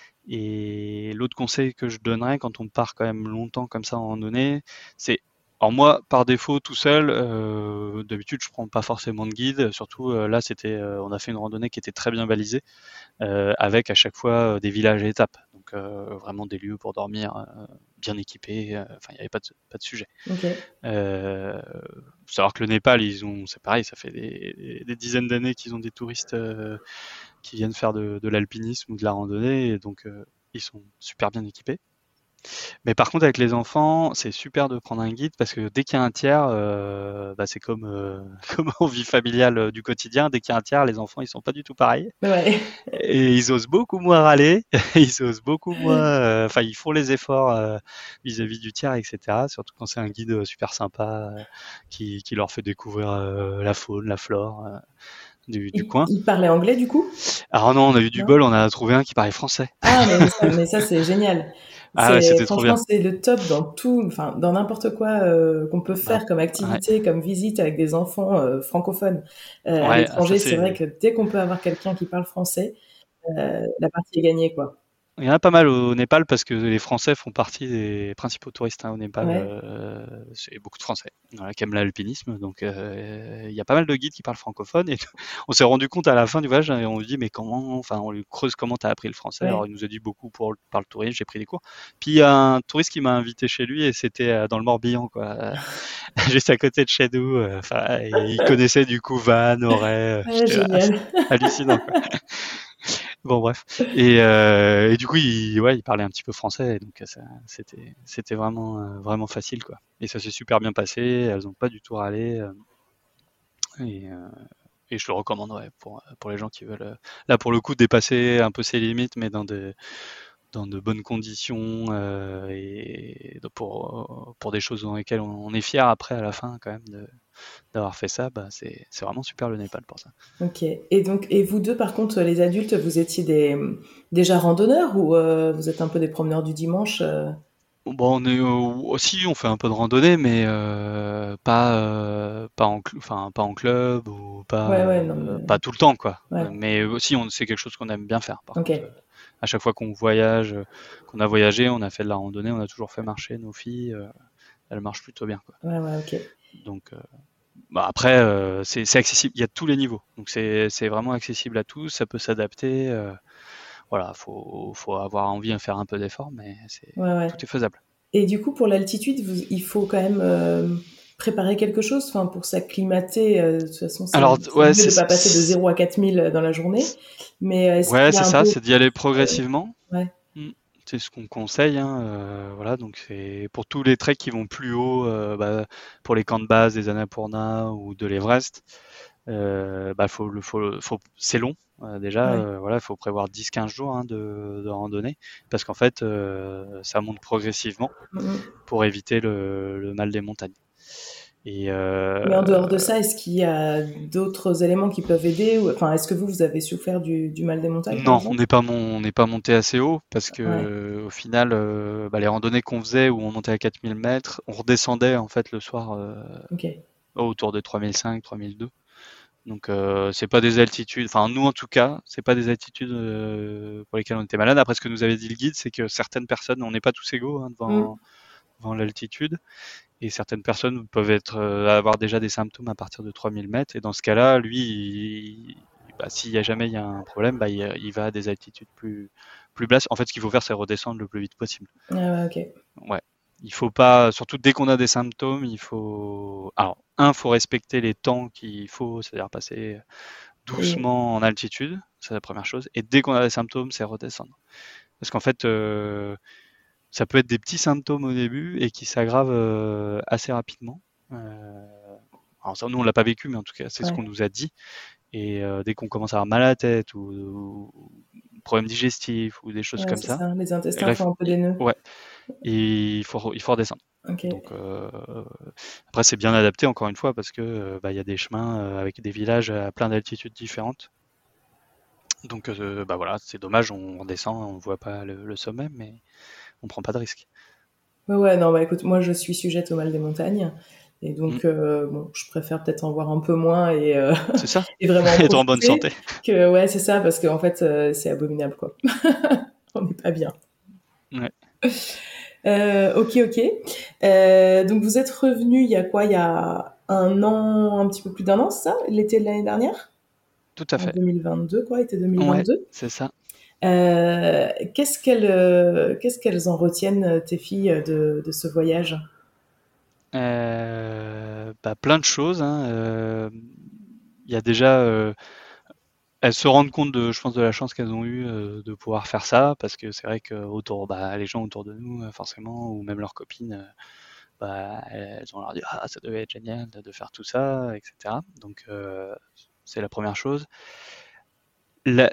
Et l'autre conseil que je donnerais quand on part quand même longtemps comme ça en randonnée, c'est, alors moi par défaut tout seul, euh, d'habitude je prends pas forcément de guide, surtout euh, là c'était, euh, on a fait une randonnée qui était très bien balisée, euh, avec à chaque fois euh, des villages à étapes, donc euh, vraiment des lieux pour dormir, euh, bien équipés, euh, enfin il n'y avait pas de, pas de sujet. Okay. Euh, faut savoir que le Népal, ils ont, c'est pareil, ça fait des, des, des dizaines d'années qu'ils ont des touristes euh, qui viennent faire de, de l'alpinisme ou de la randonnée, et donc euh, ils sont super bien équipés. Mais par contre, avec les enfants, c'est super de prendre un guide parce que dès qu'il y a un tiers, euh, bah, c'est comme, euh, comme en vie familiale euh, du quotidien. Dès qu'il y a un tiers, les enfants, ils sont pas du tout pareils. Ouais. Et ils osent beaucoup moins râler, ils osent beaucoup moins, enfin, euh, ils font les efforts euh, vis-à-vis du tiers, et cetera. Surtout quand c'est un guide super sympa euh, qui, qui leur fait découvrir euh, la faune, la flore. Euh, Du, du il, coin. Il parlait anglais du coup? Alors non, on a eu du non bol, on a trouvé un qui parlait français. Ah mais ça, mais ça c'est génial. Ah ouais, c'était trop bien. Franchement, c'est le top dans tout, enfin dans n'importe quoi euh, qu'on peut faire bah, comme activité, ouais. Comme visite avec des enfants euh, francophones euh, ouais, à l'étranger. c'est... c'est vrai que dès qu'on peut avoir quelqu'un qui parle français, euh, la partie est gagnée, quoi. Il y en a pas mal au Népal parce que les Français font partie des principaux touristes hein, au Népal. Ouais. Euh, c'est beaucoup de Français voilà, qui aiment l'alpinisme. Donc euh, il y a pas mal de guides qui parlent francophone. Et on s'est rendu compte à la fin du voyage et on lui dit mais comment, enfin on lui creuse comment t'as appris le français. Ouais. Alors il nous a dit beaucoup pour, par le tourisme, j'ai pris des cours. Puis il y a un touriste qui m'a invité chez lui et c'était dans le Morbihan, quoi, juste à côté de chez nous. Enfin, il connaissait du coup Vannes, Auray. Ouais, génial. Là, hallucinant, quoi. Bon bref, et, euh, et du coup il, ouais, il parlait un petit peu français, donc ça, c'était, c'était vraiment, euh, vraiment facile, quoi. Et ça s'est super bien passé, elles n'ont pas du tout râlé, euh, et, euh, et je le recommanderais pour, pour les gens qui veulent, euh, là pour le coup, dépasser un peu ses limites, mais dans de, dans de bonnes conditions, euh, et pour, pour des choses dans lesquelles on, on est fier après à la fin quand même de, d'avoir fait ça, bah c'est, c'est vraiment super le Népal pour ça. Ok. Et donc, et vous deux, par contre, les adultes, vous étiez des, déjà randonneurs ou euh, vous êtes un peu des promeneurs du dimanche euh... Bon, on est aussi, on fait un peu de randonnée, mais euh, pas, euh, pas en, enfin pas en club ou pas, ouais, ouais, non, mais... mais... pas tout le temps, quoi. Ouais. Mais aussi, on, c'est quelque chose qu'on aime bien faire. Par okay. contre, à chaque fois qu'on voyage, qu'on a voyagé, on a fait de la randonnée, on a toujours fait marcher nos filles. Euh, elles marchent plutôt bien, quoi. Ouais, ouais, ok. Donc euh, bah après, euh, c'est, c'est accessible. Il y a tous les niveaux, donc c'est, c'est vraiment accessible à tous. Ça peut s'adapter. Euh, Voilà, faut, faut avoir envie de faire un peu d'effort, mais c'est, ouais, ouais. tout est faisable. Et du coup, pour l'altitude, vous, il faut quand même euh, préparer quelque chose, enfin, pour s'acclimater. Euh, de toute façon, c'est, Alors, c'est ouais, mieux c'est, de pas passer de zéro à quatre mille dans la journée. Mais est-ce ouais, qu'il y a c'est un ça, peu... c'est d'y aller progressivement. Ouais. Mmh. C'est ce qu'on conseille, hein, euh, voilà, donc c'est pour tous les treks qui vont plus haut, euh, bah, pour les camps de base des Annapurna ou de l'Everest, euh, bah, faut, faut, faut, c'est long. Euh, déjà, ouais. euh, voilà, il faut prévoir dix quinze jours hein, de, de randonnée parce qu'en fait, euh, ça monte progressivement mmh. pour éviter le, le mal des montagnes. Et euh, Mais en dehors de ça, est-ce qu'il y a d'autres éléments qui peuvent aider ou... Enfin, est-ce que vous, vous avez souffert du, du mal des montagnes? Non, on n'est pas, mon, on n'est pas monté assez haut parce que ouais. au final, euh, bah, les randonnées qu'on faisait où on montait à quatre mille mètres, on redescendait en fait le soir euh, okay. autour de trois mille cinq, trois mille deux. Donc euh, c'est pas des altitudes, enfin nous en tout cas, c'est pas des altitudes euh, pour lesquelles on était malade. Après ce que nous avait dit le guide, c'est que certaines personnes, on n'est pas tous égaux hein, devant, Mm. devant l'altitude, et certaines personnes peuvent être euh, avoir déjà des symptômes à partir de trois mille mètres. Et dans ce cas-là, lui, il, bah, s'il y a jamais il y a un problème, bah, il, il va à des altitudes plus plus basses. En fait, ce qu'il faut faire, c'est redescendre le plus vite possible. Ah ouais, ok. Ouais. Il faut pas, surtout dès qu'on a des symptômes, il faut. Alors, un, faut respecter les temps qu'il faut, c'est-à-dire passer Et doucement en altitude, c'est la première chose. Et dès qu'on a des symptômes, c'est redescendre. Parce qu'en fait, euh, ça peut être des petits symptômes au début et qui s'aggravent euh, assez rapidement. Euh, alors ça, nous, on l'a pas vécu, mais en tout cas, c'est ce ouais, qu'on nous a dit. Et euh, dès qu'on commence à avoir mal à la tête ou, ou problèmes digestifs ou des choses ouais, comme c'est ça, ça. Les et intestins là, il font faut- un peu il- des nœuds. ouais, et il faut, il faut redescendre. Ok. Donc euh, après c'est bien adapté encore une fois parce que euh, bah, y a des chemins euh, avec des villages à plein d'altitudes différentes. Donc euh, bah voilà, c'est dommage, on redescend, on voit pas le, le sommet, mais on prend pas de risque. Ouais, ouais, non, bah écoute, moi je suis sujette au mal des montagnes. Et Mm. donc, euh, bon, je préfère peut-être en voir un peu moins et, euh, C'est ça. et vraiment en Être en bonne profiter santé. que, ouais, c'est ça, parce qu'en fait, euh, c'est abominable, quoi. On n'est pas bien. Ouais, Euh, ok, ok. Euh, donc, vous êtes revenu il y a quoi? Il y a un an, un petit peu plus d'un an, c'est ça? L'été de l'année dernière? tout à En fait. deux mille vingt-deux, quoi, été Ouais, deux mille vingt-deux. c'est ça. Euh, qu'est-ce qu'elles, euh, qu'est-ce qu'elles en retiennent, tes filles, de, de ce voyage? Euh, bah, plein de choses. Hein. Euh, Il y a déjà, euh, elles se rendent compte de, je pense, de la chance qu'elles ont eue euh, de pouvoir faire ça, parce que c'est vrai que autour, bah, les gens autour de nous, euh, forcément, ou même leurs copines, euh, bah, elles ont leur dit ah ça devait être génial de, de faire tout ça, et cetera. Donc euh, c'est la première chose. La,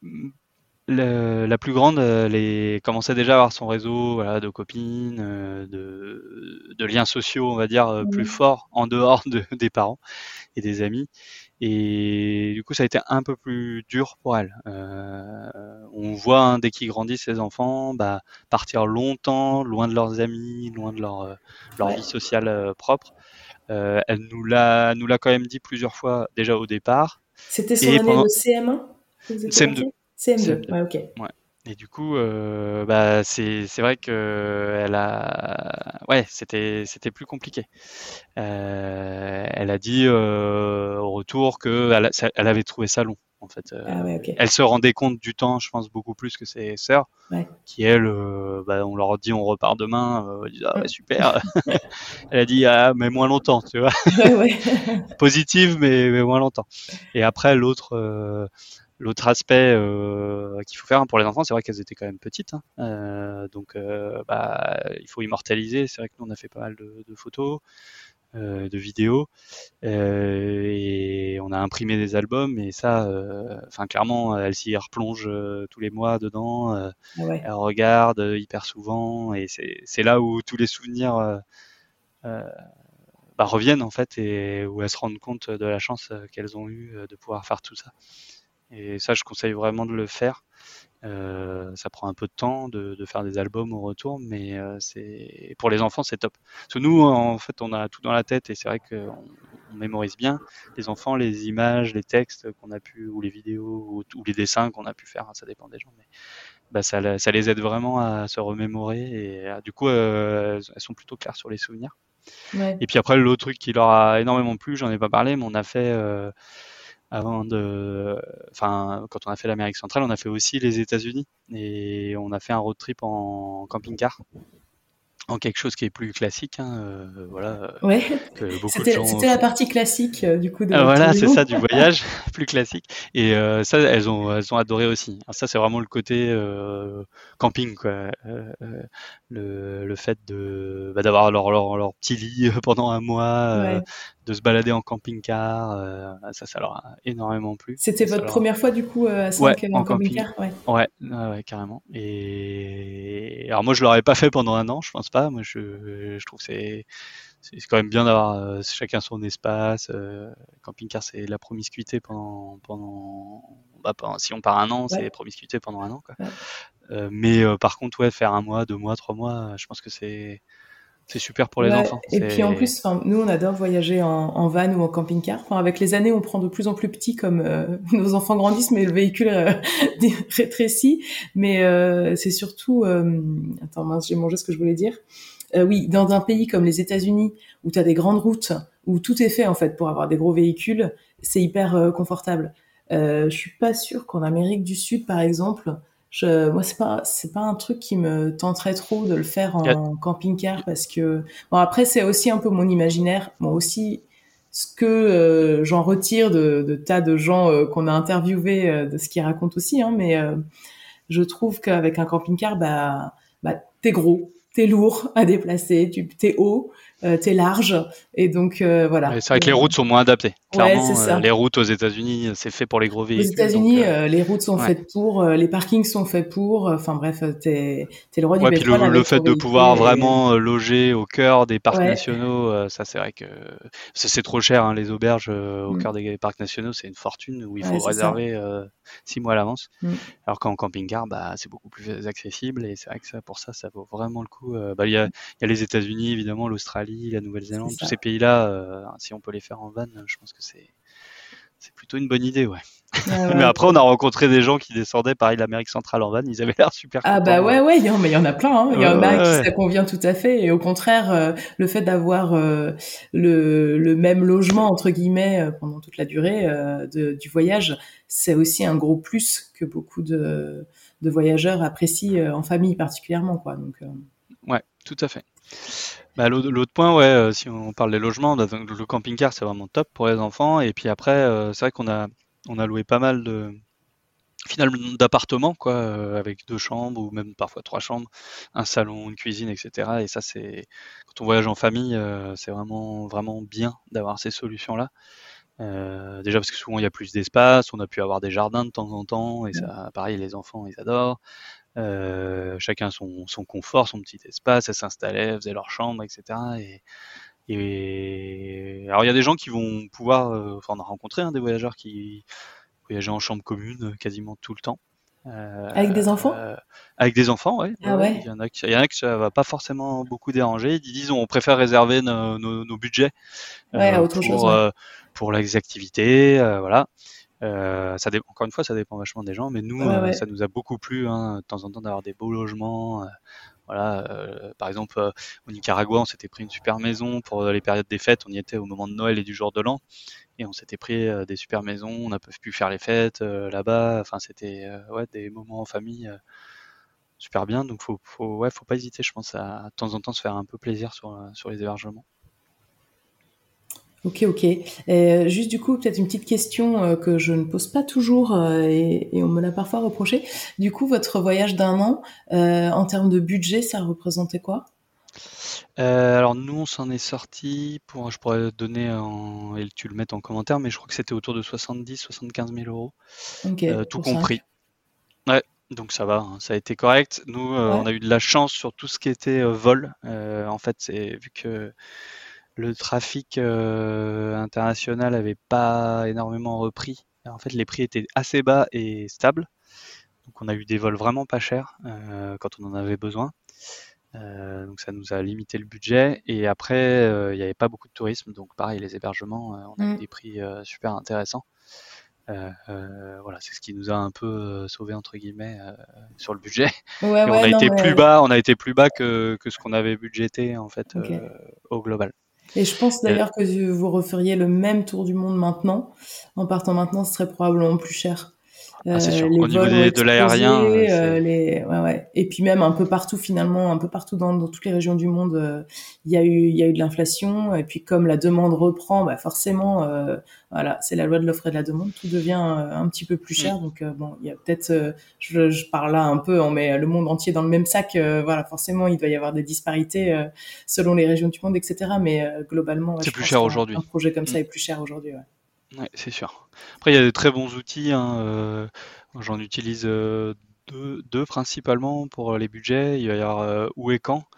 la, la plus grande, elle est- commençait déjà à avoir son réseau voilà, de copines, euh, de, de liens sociaux, on va dire, euh, plus Mhm. forts en dehors de, des parents et des amis. Et du coup, ça a été un peu plus dur pour elle. Euh, on voit hein, dès qu'ils grandissent, ces enfants, bah, partir longtemps, loin de leurs amis, loin de leur, euh, leur Ouais. vie sociale euh, propre. Euh, elle nous l'a, nous l'a quand même dit plusieurs fois déjà au départ. C'était son Et année pendant de C M un que vous étiez C M deux, parti? C M deux, C M deux, ouais, ok. ouais. Et du coup, euh, bah, c'est c'est vrai que elle a, ouais, c'était c'était plus compliqué. Euh, elle a dit euh, au retour que elle, a- elle avait trouvé ça long. En fait, Euh, Ah ouais, ok. elle se rendait compte du temps, je pense beaucoup plus que ses sœurs, Ouais. qui elles, euh, bah, on leur dit on repart demain, euh, ils disent ah ouais Mm. super. Elle a dit ah mais moins longtemps, tu vois, Ouais, ouais. positive mais, mais moins longtemps. Et après l'autre. Euh, L'autre aspect euh, qu'il faut faire pour les enfants, c'est vrai qu'elles étaient quand même petites, hein. Euh, donc euh, bah, il faut immortaliser. C'est vrai que nous on a fait pas mal de, de photos, euh, de vidéos, euh, et on a imprimé des albums. Et ça, euh, enfin clairement, elle s'y replonge euh, tous les mois dedans. Euh, Ah ouais. elle regarde euh, hyper souvent, et c'est c'est là où tous les souvenirs euh, euh, bah, reviennent en fait, et où elles se rendent compte de la chance euh, qu'elles ont eue euh, de pouvoir faire tout ça. Et ça, je conseille vraiment de le faire. Euh, ça prend un peu de temps de, de faire des albums au retour, mais euh, c'est pour les enfants, c'est top. Parce que nous, en fait, on a tout dans la tête et c'est vrai qu'on on mémorise bien. Les enfants, les images, les textes qu'on a pu, ou les vidéos, ou, ou les dessins qu'on a pu faire, hein, ça dépend des gens, mais bah, ça, ça les aide vraiment à se remémorer et à, du coup, euh, elles sont plutôt claires sur les souvenirs. Ouais. Et puis après, l'autre truc qui leur a énormément plu, j'en ai pas parlé, mais on a fait euh, avant de, enfin, quand on a fait l'Amérique centrale, on a fait aussi les États-Unis et on a fait un road trip en camping-car, en quelque chose qui est plus classique, hein, euh, voilà, euh, Ouais. que beaucoup de C'était, gens c'était la font. partie classique, euh, du coup, de Euh, votre tour Voilà, du c'est monde. ça du voyage, plus classique. Et euh, ça, elles ont, elles ont adoré aussi. Alors ça, c'est vraiment le côté euh, camping, quoi. Euh, euh, le, le fait de bah, d'avoir leur, leur, leur petit lit pendant un mois, euh, Ouais. de se balader en camping-car, euh, ça, ça leur a énormément plu. C'était Et ça votre leur a- première fois, du coup, euh, à Ouais, cinq euh, en en camping. camping-car? Ouais. Ouais, ouais, ouais, carrément. Et alors moi, je l'aurais pas fait pendant un an, je pense pas. Moi, je, je trouve que c'est c'est quand même bien d'avoir euh, chacun son espace. Euh, camping-car, c'est la promiscuité pendant pendant, bah, pendant- si on part un an, c'est Ouais. promiscuité pendant un an, quoi. Ouais. Euh, mais euh, par contre, ouais, faire un mois, deux mois, trois mois, je pense que c'est c'est super pour les Ouais, enfants. et puis en C'est... plus, enfin, nous on adore voyager en, en van ou en camping-car. Enfin, avec les années, on prend de plus en plus petit comme euh, nos enfants grandissent, mais le véhicule euh, rétrécit. Mais euh, c'est surtout, euh, attends mince, j'ai mangé ce que je voulais dire. Euh, oui, dans un pays comme les États-Unis où tu as des grandes routes, où tout est fait en fait pour avoir des gros véhicules, c'est hyper euh, confortable. Euh, je suis pas sûre qu'en Amérique du Sud, par exemple, je, moi c'est pas c'est pas un truc qui me tenterait trop de le faire Il y a- en camping-car parce que bon après c'est aussi un peu mon imaginaire, moi aussi ce que euh, j'en retire de, de tas de gens euh, qu'on a interviewés euh, de ce qu'ils racontent aussi, hein, mais euh, je trouve qu'avec un camping-car, bah, bah, t'es gros, t'es lourd à déplacer, tu, t'es haut, euh, t'es large, et donc euh, Ouais, voilà. c'est vrai que les routes sont moins adaptées. Ouais, c'est Clairement, euh, ça. les routes aux États-Unis, c'est fait pour les gros Aux véhicules, donc États-Unis, euh, euh, les routes sont ouais. faites pour, euh, les parkings sont faits pour. euh, Enfin bref, euh, t'es t'es le roi du Ouais, puis pétrole le, le avec ton fait de véhicule. pouvoir Et... vraiment euh, loger au cœur des parcs Ouais. nationaux, euh, ça c'est vrai que ça, c'est trop cher, hein, les auberges euh, au cœur Mm. des parcs nationaux, c'est une fortune où il Ouais, faut c'est ça. réserver euh, six mois à l'avance. Mm. Alors qu'en camping-car, bah, c'est beaucoup plus accessible et c'est vrai que ça, pour ça, ça vaut vraiment le coup. Euh, bah, il y a, il y a les États-Unis, évidemment, l'Australie, la C'est Nouvelle-Zélande, tous ça. ces pays-là, euh, si on peut les faire en van, je pense que c'est c'est plutôt une bonne idée, ouais. Ouais, Mais ouais, après, on a rencontré des gens qui descendaient, pareil, l'Amérique centrale en van, ils avaient l'air super ah bah contents. ouais euh. ouais, il y en, mais il y en a plein, hein. Ouais, Il y en ouais, a qui ouais. ça convient tout à fait, et au contraire, euh, le fait d'avoir euh, le, le même logement entre guillemets euh, pendant toute la durée euh, de, du voyage, c'est aussi un gros plus que beaucoup de, de voyageurs apprécient euh, en famille particulièrement, quoi. Donc euh, Ouais, tout à fait. Bah, l'autre l'autre point, ouais, euh, si on parle des logements, bah, donc, le camping-car, c'est vraiment top pour les enfants. Et puis après, euh, c'est vrai qu'on a, on a loué pas mal de, finalement, d'appartements, quoi, euh, avec deux chambres ou même parfois trois chambres, un salon, une cuisine, et cetera. Et ça, c'est, quand on voyage en famille, euh, c'est vraiment, vraiment bien d'avoir ces solutions-là. Euh, déjà parce que souvent il y a plus d'espace, on a pu avoir des jardins de temps en temps, et ça, pareil, les enfants, ils adorent. Euh, chacun son, son confort, son petit espace, elles s'installaient, faisaient leur chambre, et cetera. Et, et alors il y a des gens qui vont pouvoir, euh, enfin on a rencontré hein, des voyageurs qui voyageaient en chambre commune quasiment tout le temps. avec des enfants? Euh, avec des enfants, ouais, ouais, Ah ouais. Il ouais. y en a qui, il y en a que ça va pas forcément beaucoup déranger. Ils disent on préfère réserver nos, nos, nos budgets Ouais, à euh, autre chose, pour ouais. euh, pour les activités, euh, voilà. Euh, ça dé- encore une fois, ça dépend vachement des gens, mais nous, Ouais, euh, ouais. ça nous a beaucoup plu hein, de temps en temps d'avoir des beaux logements. euh, voilà, euh, par exemple, euh, au Nicaragua, on s'était pris une super maison pour les périodes des fêtes. On y était au moment de Noël et du jour de l'an, et on s'était pris euh, des super maisons. On a pu faire les fêtes euh, là-bas. Enfin, c'était euh, ouais des moments en famille euh, super bien. Donc, faut, faut, ouais, faut pas hésiter, je pense, à, à de temps en temps se faire un peu plaisir sur euh, sur les hébergements. Ok, ok. Euh, juste du coup, peut-être une petite question euh, que je ne pose pas toujours euh, et, et on me l'a parfois reproché. Du coup, votre voyage d'un an, euh, en termes de budget, ça représentait quoi? Euh, alors nous, on s'en est sorti pour, je pourrais te donner en, et tu le mets en commentaire, mais je crois que c'était autour de soixante-dix, soixante-quinze mille euros, Ok, euh, tout pour compris. cinq. Ouais, donc ça va, hein, ça a été correct. Nous, euh, on Ouais. a eu de la chance sur tout ce qui était euh, vol. Euh, en fait, c'est vu que le trafic euh, international avait pas énormément repris. En fait, les prix étaient assez bas et stables. Donc, on a eu des vols vraiment pas chers euh, quand on en avait besoin. Euh, donc ça nous a limité le budget. Et après, euh, il n'y avait pas beaucoup de tourisme. Donc pareil, les hébergements, euh, on a eu Mm. des prix euh, super intéressants. Euh, euh, voilà, c'est ce qui nous a un peu euh, sauvé entre guillemets euh, sur le budget. Ouais, Et on ouais, a non, été plus mais bas, on a été plus bas que, que ce qu'on avait budgété en fait ok. euh, au global. Et je pense Et- d'ailleurs que vous referiez le même tour du monde maintenant. En partant maintenant, ce serait probablement plus cher. ah, c'est Euh, sûr. les Au niveau vols ont des, de l'aérien, euh, explosé, euh, c'est les ouais ouais. Et puis même un peu partout finalement, un peu partout dans, dans toutes les régions du monde, euh, il y a eu il y a eu de l'inflation. Et puis comme la demande reprend, bah forcément, euh, voilà, c'est la loi de l'offre et de la demande, tout devient euh, un petit peu plus Mm. cher. Donc euh, bon, il y a peut-être, euh, je, je parle là un peu, on met le monde entier dans le même sac. Euh, voilà, forcément, il doit y avoir des disparités euh, selon les régions du monde, et cetera. Mais euh, globalement, ouais, c'est je plus pense cher qu'un un aujourd'hui. projet comme Mm. ça est plus cher aujourd'hui. Ouais. Ouais, c'est sûr. Après, il y a de très bons outils. Hein, euh, j'en utilise euh, deux, deux principalement pour les budgets. Il va y avoir euh, Où et Quand.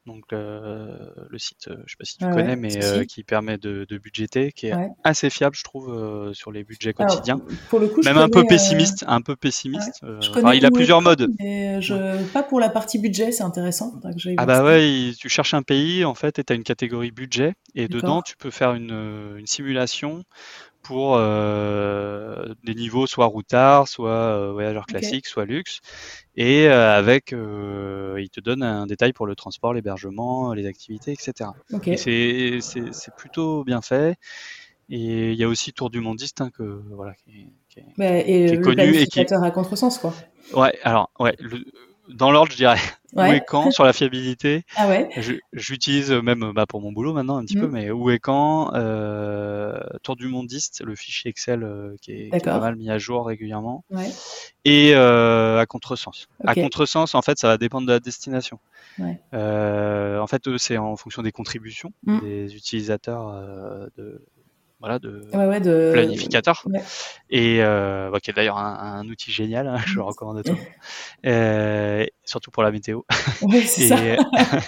donc euh, le site, euh, je sais pas si tu Ah connais, ouais, mais si, euh, si. qui permet de, de budgéter, qui est Ouais. assez fiable, je trouve, euh, sur les budgets Alors, quotidiens. pour le coup, je Même un peu connais, euh, pessimiste, un peu ouais, pessimiste. je euh, Enfin, connais il a où et plusieurs quand, modes. mais Ouais. je, pas pour la partie budget, c'est intéressant. Faudra que j'aille Ah voir bah ça. ouais, il- tu cherches un pays en fait et tu as une catégorie budget et dedans D'accord. tu peux faire une, euh, une simulation pour euh, des niveaux soit routard, soit euh, voyageur Ok. classique, soit luxe et euh, avec euh, il te donne un détail pour le transport, l'hébergement, les activités, et cetera. Ok. Et c'est c'est c'est plutôt bien fait et il y a aussi Tour du Mondiste hein, que voilà qui est, qui est- Bah, et qui est le connu et qui planificateur à contresens, quoi. ouais alors ouais le- dans l'ordre je dirais où et Ouais. quand sur la fiabilité. Ah ouais. Je- J'utilise même bah, pour mon boulot maintenant un petit peu, Hmm. mais où et quand euh, Tour du Mondiste, le fichier Excel euh, qui, est, qui est pas D'accord. mal mis à jour régulièrement, Ouais. et euh, à contresens. À Ok. contresens, en fait, ça va dépendre de la destination. Ouais. Euh, en fait, eux, c'est en fonction des contributions Hmm. des utilisateurs euh, de voilà de Ouais, ouais, de. planificateur, Ouais. et euh, bah, qui est d'ailleurs un, un outil génial, hein, je le recommande à tout le monde, euh, surtout pour la météo. Ouais, c'est ça. Et,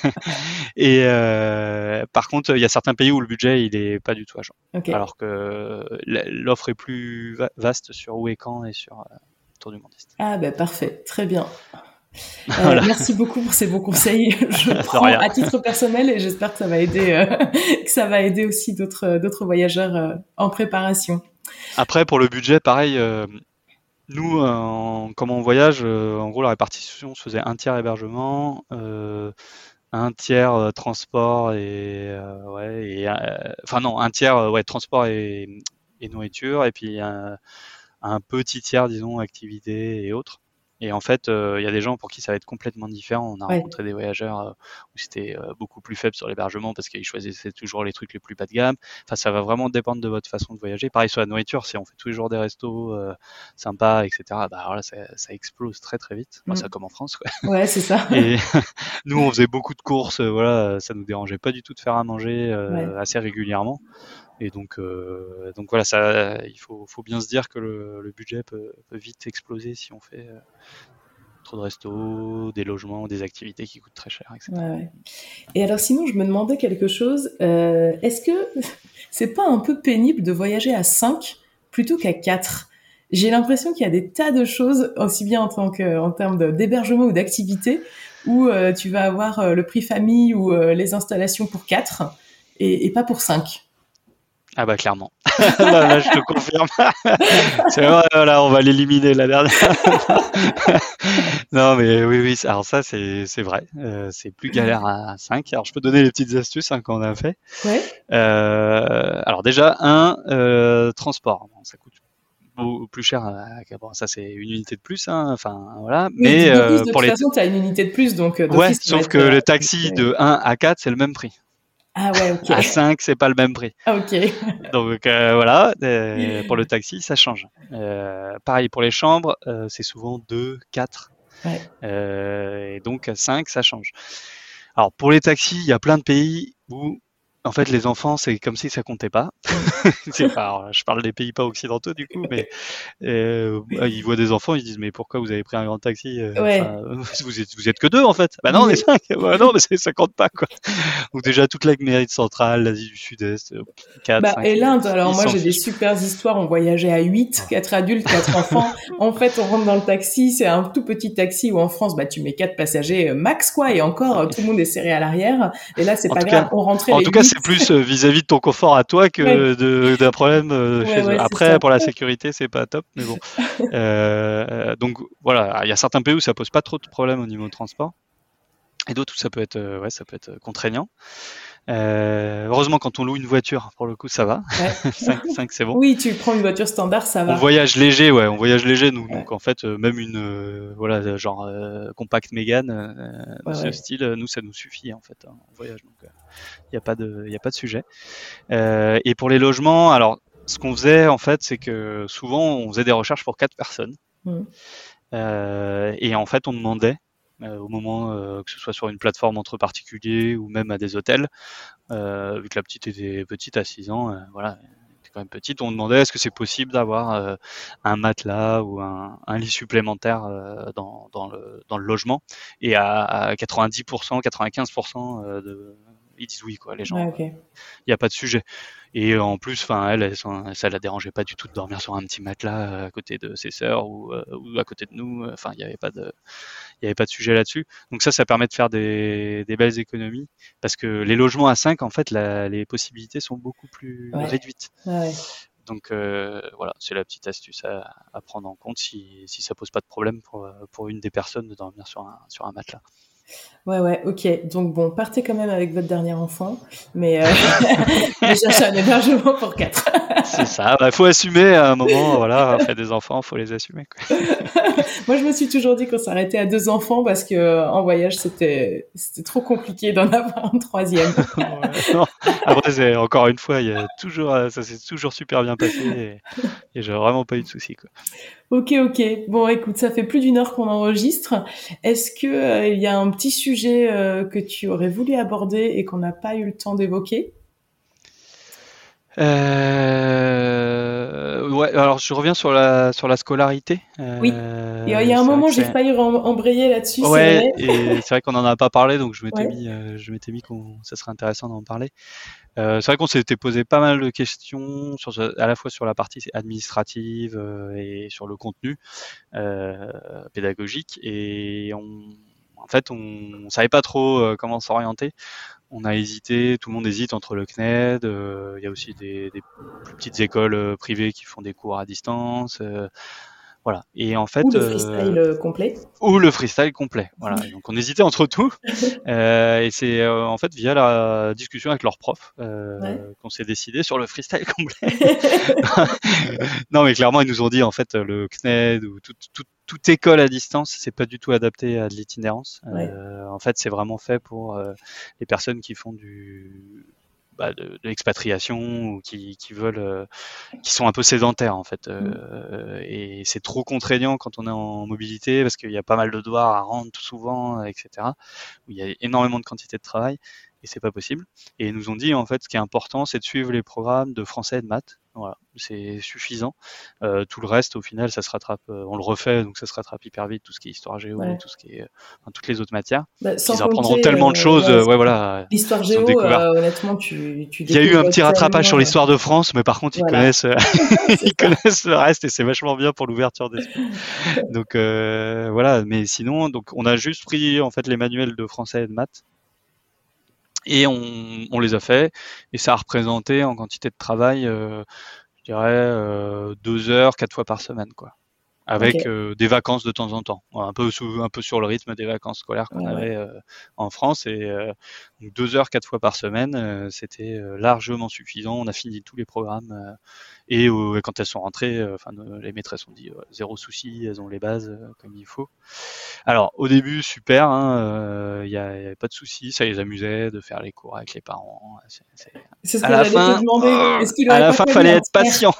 et euh, par contre, il y a certains pays où le budget il est pas du tout à jour. Ok. Alors que l'offre est plus va- vaste sur où et quand et sur euh, Tour du Mondiste. Ah ben parfait, très bien. Euh, Voilà, merci beaucoup pour ces bons conseils. Je de prends rien. à titre personnel et j'espère que ça va aider, euh, que ça va aider aussi d'autres d'autres voyageurs euh, en préparation. Après, pour le budget, pareil, euh, nous, euh, en- comment on voyage, euh, en gros, la répartition se faisait un tiers hébergement, euh, un tiers euh, transport et euh, ouais, et euh, enfin non, un tiers euh, ouais transport et, et nourriture, et puis un, un petit tiers, disons, activités et autres. Et en fait, euh, il y a des gens pour qui ça va être complètement différent. On a Ouais. rencontré des voyageurs euh, où c'était euh, beaucoup plus faible sur l'hébergement parce qu'ils choisissaient toujours les trucs les plus bas de gamme. Enfin, ça va vraiment dépendre de votre façon de voyager. Pareil sur la nourriture, si on fait tous les jours des restos euh, sympas, et cetera, bah alors là, ça, ça explose très très vite. Moi, Mm. ça comme en France, quoi. Ouais, c'est ça. Et nous, on faisait beaucoup de courses, euh, voilà, ça nous dérangeait pas du tout de faire à manger euh, Ouais. assez régulièrement. Et donc, euh, donc voilà, ça, il faut, faut bien se dire que le, le budget peut, peut vite exploser si on fait euh, trop de restos, des logements, des activités qui coûtent très cher, et cetera. Ouais, ouais. Et alors sinon, je me demandais quelque chose. Euh, est-ce que c'est pas un peu pénible de voyager à cinq plutôt qu'à quatre? J'ai l'impression qu'il y a des tas de choses, aussi bien en tant que en termes de- d'hébergement ou d'activité, où euh, tu vas avoir euh, le prix famille ou euh, les installations pour quatre et, et pas pour cinq. Ah bah clairement. là, là, je te confirme. C'est vrai, voilà, on va l'éliminer la dernière. non, mais oui, oui. Alors ça, c'est c'est vrai. Euh, c'est plus galère à cinq. Alors je peux donner les petites astuces hein, qu'on a fait. Ouais. Euh, alors déjà, un euh, transport. Bon, ça coûte beaucoup plus cher. À, bon, ça c'est une unité de plus. Hein, enfin voilà. Oui, Mais d'office, euh, de pour toute les façon, tu as une unité de plus, donc euh, ouais, d'office, ça va sauf être, que euh, le taxi euh, de un à quatre, c'est le même prix. Ah ouais, ok. À cinq, c'est pas le même prix. Ah, ok. Donc euh, voilà, euh, pour le taxi, ça change. Euh, pareil pour les chambres, euh, c'est souvent deux, quatre. Ouais. Euh, et donc à cinq, ça change. Alors pour les taxis, il y a plein de pays où en fait les enfants, c'est comme si ça comptait pas. c'est pas alors, je parle des pays pas occidentaux du coup, mais euh, ils voient des enfants, ils disent mais pourquoi vous avez pris un grand taxi euh, Ouais. enfin, vous êtes vous êtes que deux en fait. Bah non, on est cinq. Bah non, mais c'est- ça compte pas quoi. Ou déjà toute l'Amérique centrale, l'Asie du Sud-Est, quatre, Bah, cinq. et l'Inde, alors ils moi s'en j'ai des fichent. super histoires, on voyageait à huit, quatre adultes, quatre enfants. En fait, on rentre dans le taxi, c'est un tout petit taxi où en France, bah tu mets quatre passagers euh, max quoi, et encore euh, tout le monde est serré à l'arrière. Et là, c'est En pas tout grave, cas, on rentrait en les tout cas, huit. c'est plus euh, vis-à-vis de ton confort à toi que Ouais. de- d'un problème euh, Ouais, chez ouais, eux. c'est Après, ça. pour la sécurité, c'est pas top, mais bon. Euh, donc voilà, il y a certains pays où ça pose pas trop de problèmes au niveau de transport, et d'autres où ça peut être, euh, ouais, ça peut être contraignant. Euh, heureusement, quand on loue une voiture, pour le coup, ça va. Ouais. cinq, c'est bon. Oui, tu prends une voiture standard, ça On va. voyage léger, ouais, on voyage léger, nous. Ouais. Donc en fait, euh, même une, euh, voilà, genre euh, compact Mégane euh, de Ouais, ce ouais. style, euh, nous, ça nous suffit en fait hein, en voyage. Donc il euh, y a pas de, il y a pas de sujet. Euh, et pour les logements, alors ce qu'on faisait en fait, c'est que souvent on faisait des recherches pour quatre personnes. Mm. Euh, et en fait, on demandait euh, au moment euh, que ce soit sur une plateforme entre particuliers ou même à des hôtels, euh, vu que la petite était petite à six ans, euh, voilà, quand même petite, on demandait est-ce que c'est possible d'avoir euh, un matelas ou un, un lit supplémentaire euh, dans, dans, le, dans le logement. Et à, à quatre-vingt-dix pour cent, quatre-vingt-quinze pour cent euh, de, ils disent oui, quoi, les gens. Il ouais, okay. n'y a pas de sujet. Et en plus, enfin, elle, elle, ça la dérangeait pas du tout de dormir sur un petit matelas à côté de ses sœurs ou, euh, ou à côté de nous. Enfin, il n'y avait pas de, il y avait pas de sujet là-dessus. Donc ça, ça permet de faire des, des belles économies parce que les logements à cinq, en fait, la, les possibilités sont beaucoup plus ouais. réduites. Ouais. Donc euh, voilà, c'est la petite astuce à, à prendre en compte si, si ça pose pas de problème pour, pour une des personnes de dormir sur un, sur un matelas. Ouais, ouais, ok. Donc bon, partez quand même avec votre dernier enfant, mais, euh, mais cherchez un hébergement pour quatre. C'est ça, il bah, faut assumer à un moment, voilà, on fait des enfants, il faut les assumer, quoi. Moi, je me suis toujours dit qu'on s'arrêtait à deux enfants parce que en voyage, c'était, c'était trop compliqué d'en avoir un troisième. Ouais, non. Après, c'est, encore une fois, il y a toujours, ça s'est toujours super bien passé et, et j'ai vraiment pas eu de soucis, quoi. Ok, ok. Bon, écoute, ça fait plus d'une heure qu'on enregistre. Est-ce que euh, il y a un petit sujet euh, que tu aurais voulu aborder et qu'on n'a pas eu le temps d'évoquer ? Euh... Ouais, alors je reviens sur la sur la scolarité. Euh, oui. Il y a, il y a un moment, j'ai failli embrayer là-dessus. Ouais. C'est vrai. Et c'est vrai qu'on en a pas parlé, donc je m'étais ouais. mis, euh, je m'étais mis qu'on, ça serait intéressant d'en parler. Euh, c'est vrai qu'on s'était posé pas mal de questions sur à la fois sur la partie administrative euh, et sur le contenu euh, pédagogique, et on, en fait, on, on savait pas trop euh, comment s'orienter. On a hésité, tout le monde hésite entre le C N E D, euh, il y a aussi des, des plus petites écoles euh, privées qui font des cours à distance, euh, voilà. Et en fait, ou le freestyle euh, complet. Ou le freestyle complet, voilà. Donc on hésitait entre tout, euh, et c'est euh, en fait via la discussion avec leurs profs euh, ouais. qu'on s'est décidé sur le freestyle complet. Non, mais clairement ils nous ont dit en fait le C N E D ou toute tout, tout école à distance, c'est pas du tout adapté à de l'itinérance. Ouais. Euh, en fait, c'est vraiment fait pour euh, les personnes qui font du Bah, de, de l'expatriation ou qui, qui veulent, euh, qui sont un peu sédentaires en fait. Euh, et c'est trop contraignant quand on est en mobilité parce qu'il y a pas mal de devoirs à rendre tout souvent, et cetera. Où il y a énormément de quantité de travail et c'est pas possible. Et ils nous ont dit en fait, ce qui est important, c'est de suivre les programmes de français et de maths. Voilà, c'est suffisant. Euh, tout le reste, au final, ça se rattrape. Euh, on le refait, donc ça se rattrape hyper vite. Tout ce qui est histoire géo, ouais. tout ce qui est, enfin, toutes les autres matières. Bah, ils apprendront tellement euh, de choses. Ouais, ouais voilà. L'histoire géo, euh, honnêtement, tu. tu Il y a eu un petit rattrapage sur l'histoire de France, mais par contre, voilà. ils connaissent, ils connaissent le reste et c'est vachement bien pour l'ouverture d'esprit. Donc euh, voilà. Mais sinon, donc on a juste pris en fait les manuels de français et de maths. Et on, on les a fait, et ça a représenté en quantité de travail, euh, je dirais, euh, deux heures, quatre fois par semaine, quoi. Avec okay. euh, des vacances de temps en temps, un peu sous, un peu sur le rythme des vacances scolaires qu'on ouais. avait euh, en France. Et euh, donc deux heures, quatre fois par semaine, euh, c'était euh, largement suffisant. On a fini tous les programmes euh, et euh, quand elles sont rentrées, enfin euh, les maîtresses ont dit euh, zéro souci, elles ont les bases euh, comme il faut. Alors au début super, il hein, n'y euh, avait pas de souci, ça les amusait de faire les cours avec les parents. C'est, c'est... c'est ce à que j'allais te demander. Est-ce qu'il à la fin, fallait être patient.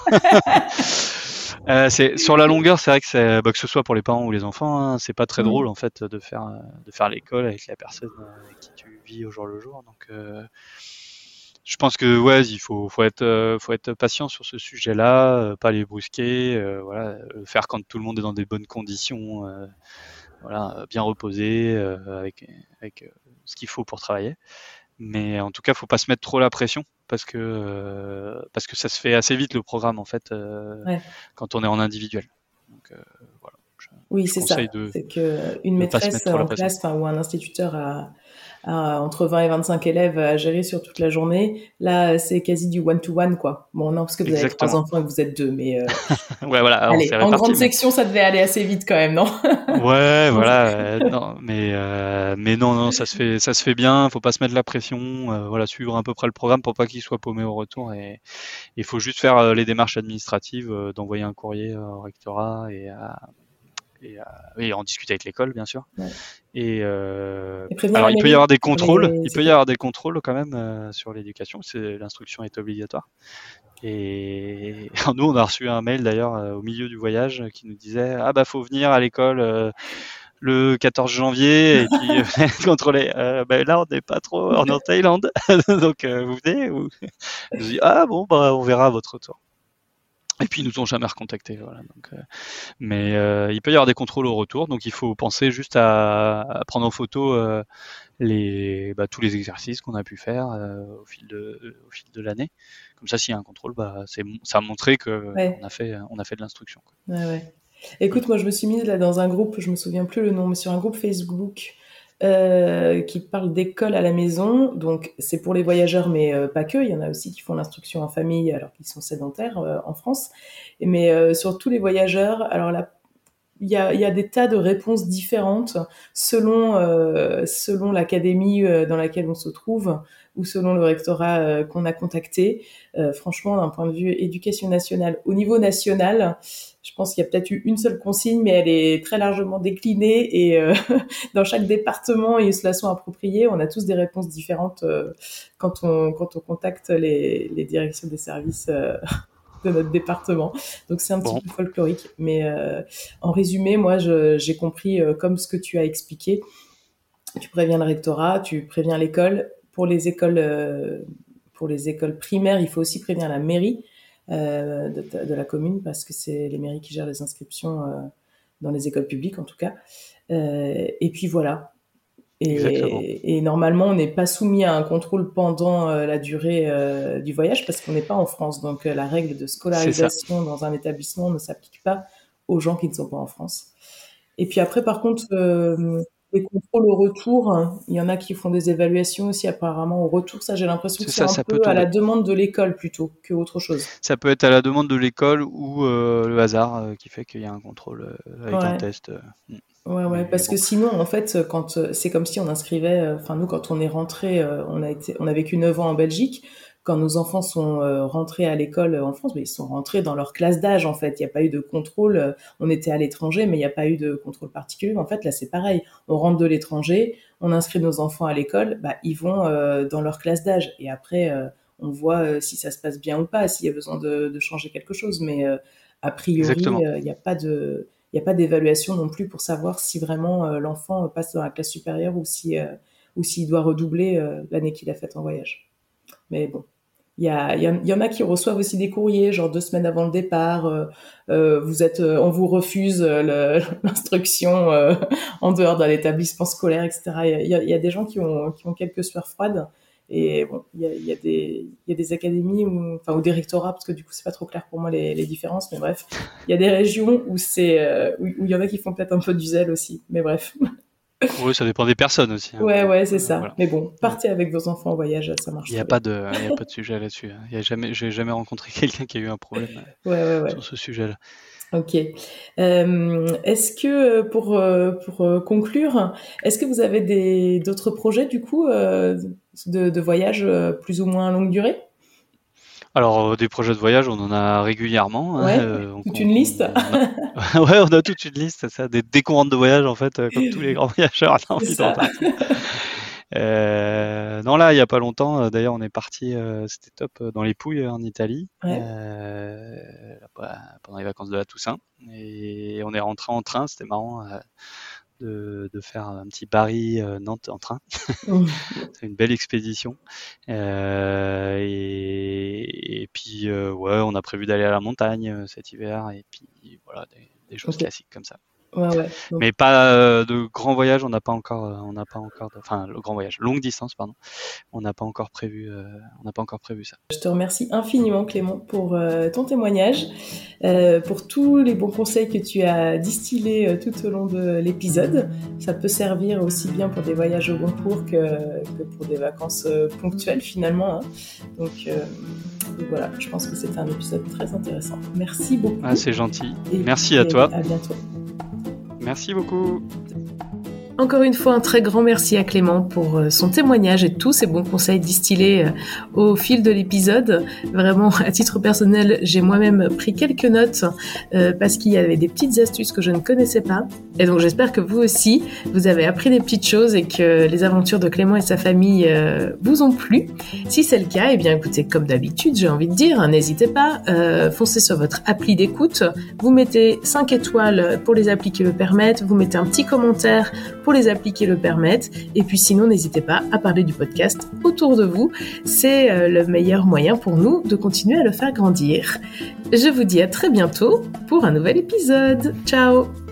Euh, c'est sur la longueur, c'est vrai que c'est bah, que ce soit pour les parents ou les enfants, hein, c'est pas très mmh. drôle en fait de faire de faire l'école avec la personne avec qui tu vis au jour le jour. Donc, euh, je pense que ouais, il faut faut être euh, faut être patient sur ce sujet-là, euh, pas les brusquer, euh, voilà, le faire quand tout le monde est dans des bonnes conditions, euh, voilà, bien reposé, euh, avec avec euh, ce qu'il faut pour travailler. Mais en tout cas, faut pas se mettre trop la pression parce que euh, parce que ça se fait assez vite le programme en fait euh, ouais. quand on est en individuel. Donc euh, voilà. Je, oui, je c'est ça. De, c'est que une maîtresse en classe, enfin ou un instituteur a, a entre vingt et vingt-cinq élèves à gérer sur toute la journée. Là, c'est quasi du one to one quoi. Bon non, parce que vous Exactement. avez trois enfants et que vous êtes deux, mais euh... ouais voilà. Allez, on en grande mais... section, ça devait aller assez vite quand même, non? Ouais, voilà. Euh, non, mais euh, mais non, non, ça se fait, ça se fait bien. Faut pas se mettre la pression. Euh, voilà, suivre à peu près le programme pour pas qu'il soit paumé au retour. Et il faut juste faire euh, les démarches administratives, euh, d'envoyer un courrier au rectorat et à et, à, et en discuter avec l'école, bien sûr. Ouais. Et, euh, et alors il peut y avoir des contrôles. Les... Il peut y avoir des contrôles quand même euh, sur l'éducation. C'est l'instruction est obligatoire. Et alors, nous, on a reçu un mail d'ailleurs euh, au milieu du voyage qui nous disait ah bah faut venir à l'école euh, le quatorze janvier et puis euh, contrôler. Euh, bah, là, on n'est pas trop, on est en Thaïlande, donc euh, vous venez ou... Je dis ah bon bah on verra à votre tour. Et puis ils nous ont jamais recontactés, voilà. Donc, euh, mais euh, il peut y avoir des contrôles au retour, donc il faut penser juste à, à prendre en photo euh, les, bah, tous les exercices qu'on a pu faire euh, au fil de, au fil de l'année. Comme ça, s'il y a un contrôle, bah, c'est, ça a montré que Ouais. on a fait, on a fait de l'instruction, quoi. Ouais, ouais. Écoute, moi je me suis mise là dans un groupe, je me souviens plus le nom, mais sur un groupe Facebook euh, qui parle d'école à la maison. Donc c'est pour les voyageurs, mais euh, pas que. Il y en a aussi qui font l'instruction en famille alors qu'ils sont sédentaires euh, en France. Et, mais euh, sur tous les voyageurs, alors là, il y a, il y a des tas de réponses différentes selon euh, selon l'académie euh, dans laquelle on se trouve ou selon le rectorat euh, qu'on a contacté. Euh, franchement, d'un point de vue éducation nationale, au niveau national, je pense qu'il y a peut-être eu une seule consigne, mais elle est très largement déclinée et euh, dans chaque département, ils se la sont appropriés. On a tous des réponses différentes euh, quand on quand on contacte les, les directions des services euh, de notre département. Donc c'est un petit Bon. peu folklorique, mais euh, en résumé, moi je, j'ai compris euh, comme ce que tu as expliqué. Tu préviens le rectorat, tu préviens l'école. Pour les écoles, euh, pour les écoles primaires, il faut aussi prévenir la mairie euh, de, de la commune parce que c'est les mairies qui gèrent les inscriptions euh, dans les écoles publiques en tout cas. Euh, et puis voilà. Et, et normalement, on n'est pas soumis à un contrôle pendant euh, la durée euh, du voyage parce qu'on n'est pas en France. Donc euh, la règle de scolarisation dans un établissement ne s'applique pas aux gens qui ne sont pas en France. Et puis après, par contre, euh, les contrôles au retour, hein, il y en a qui font des évaluations aussi apparemment au retour. Ça, j'ai l'impression C'est que ça, c'est un ça peu peut à la tomber. demande de l'école plutôt que autre chose. Ça peut être à la demande de l'école ou euh, le hasard euh, qui fait qu'il y a un contrôle euh, avec Ouais. un test. Euh. Ouais, ouais, Mais parce bon. que sinon, en fait, quand c'est comme si on inscrivait, enfin nous, quand on est rentré, on a été, on a vécu neuf ans en Belgique. Quand nos enfants sont euh, rentrés à l'école en France, mais ils sont rentrés dans leur classe d'âge en fait. Il n'y a pas eu de contrôle. On était à l'étranger, mais il n'y a pas eu de contrôle particulier. En fait, là, c'est pareil. On rentre de l'étranger, on inscrit nos enfants à l'école, bah ils vont euh, dans leur classe d'âge. Et après, euh, on voit euh, si ça se passe bien ou pas, s'il y a besoin de, de changer quelque chose. Mais euh, a priori, il euh, n'y a pas de il n'y a pas d'évaluation non plus pour savoir si vraiment euh, l'enfant passe dans la classe supérieure ou si euh, ou s'il doit redoubler euh, l'année qu'il a faite en voyage. Mais bon, il y, a, il, y a, il y en a qui reçoivent aussi des courriers, genre deux semaines avant le départ, euh, euh, vous êtes, euh, on vous refuse le, l'instruction euh, en dehors de l'établissement scolaire, et cetera. Il y a, il y a des gens qui ont, qui ont quelques sueurs froides. Et bon, il y a, il y a des, il y a des académies ou, enfin, ou des rectorats, parce que du coup, c'est pas trop clair pour moi les, les différences, mais bref. Il y a des régions où c'est, euh, où, où il y en a qui font peut-être un peu du zèle aussi, mais bref. Oui, ça dépend des personnes aussi. Hein. Ouais, ouais, c'est ça. Voilà. Mais bon, partez avec vos enfants en voyage, ça marche. Il n'y a pas de, il y a pas de sujet là-dessus. Il y a jamais, j'ai jamais rencontré quelqu'un qui a eu un problème ouais, ouais, ouais. sur ce sujet-là. Ok. Euh, est-ce que pour pour conclure, est-ce que vous avez des d'autres projets du coup euh, de, de voyage plus ou moins longue durée? Alors des projets de voyage, on en a régulièrement. Ouais. Hein, euh, toute on, une on, liste. On a... ouais, on a toute une liste, c'est ça. Des, dès qu'on rentre de voyage, en fait, euh, comme tous les grands voyageurs, on a envie de repartir. Euh, non, là, il y a pas longtemps, d'ailleurs, on est parti, euh, c'était top, dans les Pouilles en Italie, ouais. euh, pendant les vacances de la Toussaint, et on est rentré en train. C'était marrant euh, de, de faire un petit Paris-Nantes en train. Mmh. C'est une belle expédition. Euh, et, et puis, euh, ouais, on a prévu d'aller à la montagne cet hiver, et puis voilà, des, des choses okay. classiques comme ça. Ouais, ouais. Donc... Mais pas euh, de grands voyages, on n'a pas encore, euh, on n'a pas encore, de... enfin le grand voyage, longue distance, pardon. On n'a pas encore prévu, euh, on n'a pas encore prévu ça. Je te remercie infiniment Clément pour euh, ton témoignage, euh, pour tous les bons conseils que tu as distillés euh, tout au long de l'épisode. Ça peut servir aussi bien pour des voyages au long cours que, que pour des vacances euh, ponctuelles finalement. Hein. Donc, euh, donc voilà, je pense que c'était un épisode très intéressant. Merci beaucoup. Ah, c'est gentil. Et merci à toi. À bientôt. Merci beaucoup. Encore une fois, un très grand merci à Clément pour son témoignage et tous ses bons conseils distillés au fil de l'épisode. Vraiment, à titre personnel, j'ai moi-même pris quelques notes euh, parce qu'il y avait des petites astuces que je ne connaissais pas. Et donc, j'espère que vous aussi, vous avez appris des petites choses et que les aventures de Clément et sa famille euh, vous ont plu. Si c'est le cas, eh bien, écoutez, comme d'habitude, j'ai envie de dire, hein, n'hésitez pas, euh, foncez sur votre appli d'écoute, vous mettez cinq étoiles pour les applis qui le permettent, vous mettez un petit commentaire pour les appliquer le permettent. Et puis sinon, n'hésitez pas à parler du podcast autour de vous. C'est euh, le meilleur moyen pour nous de continuer à le faire grandir. Je vous dis à très bientôt pour un nouvel épisode. Ciao!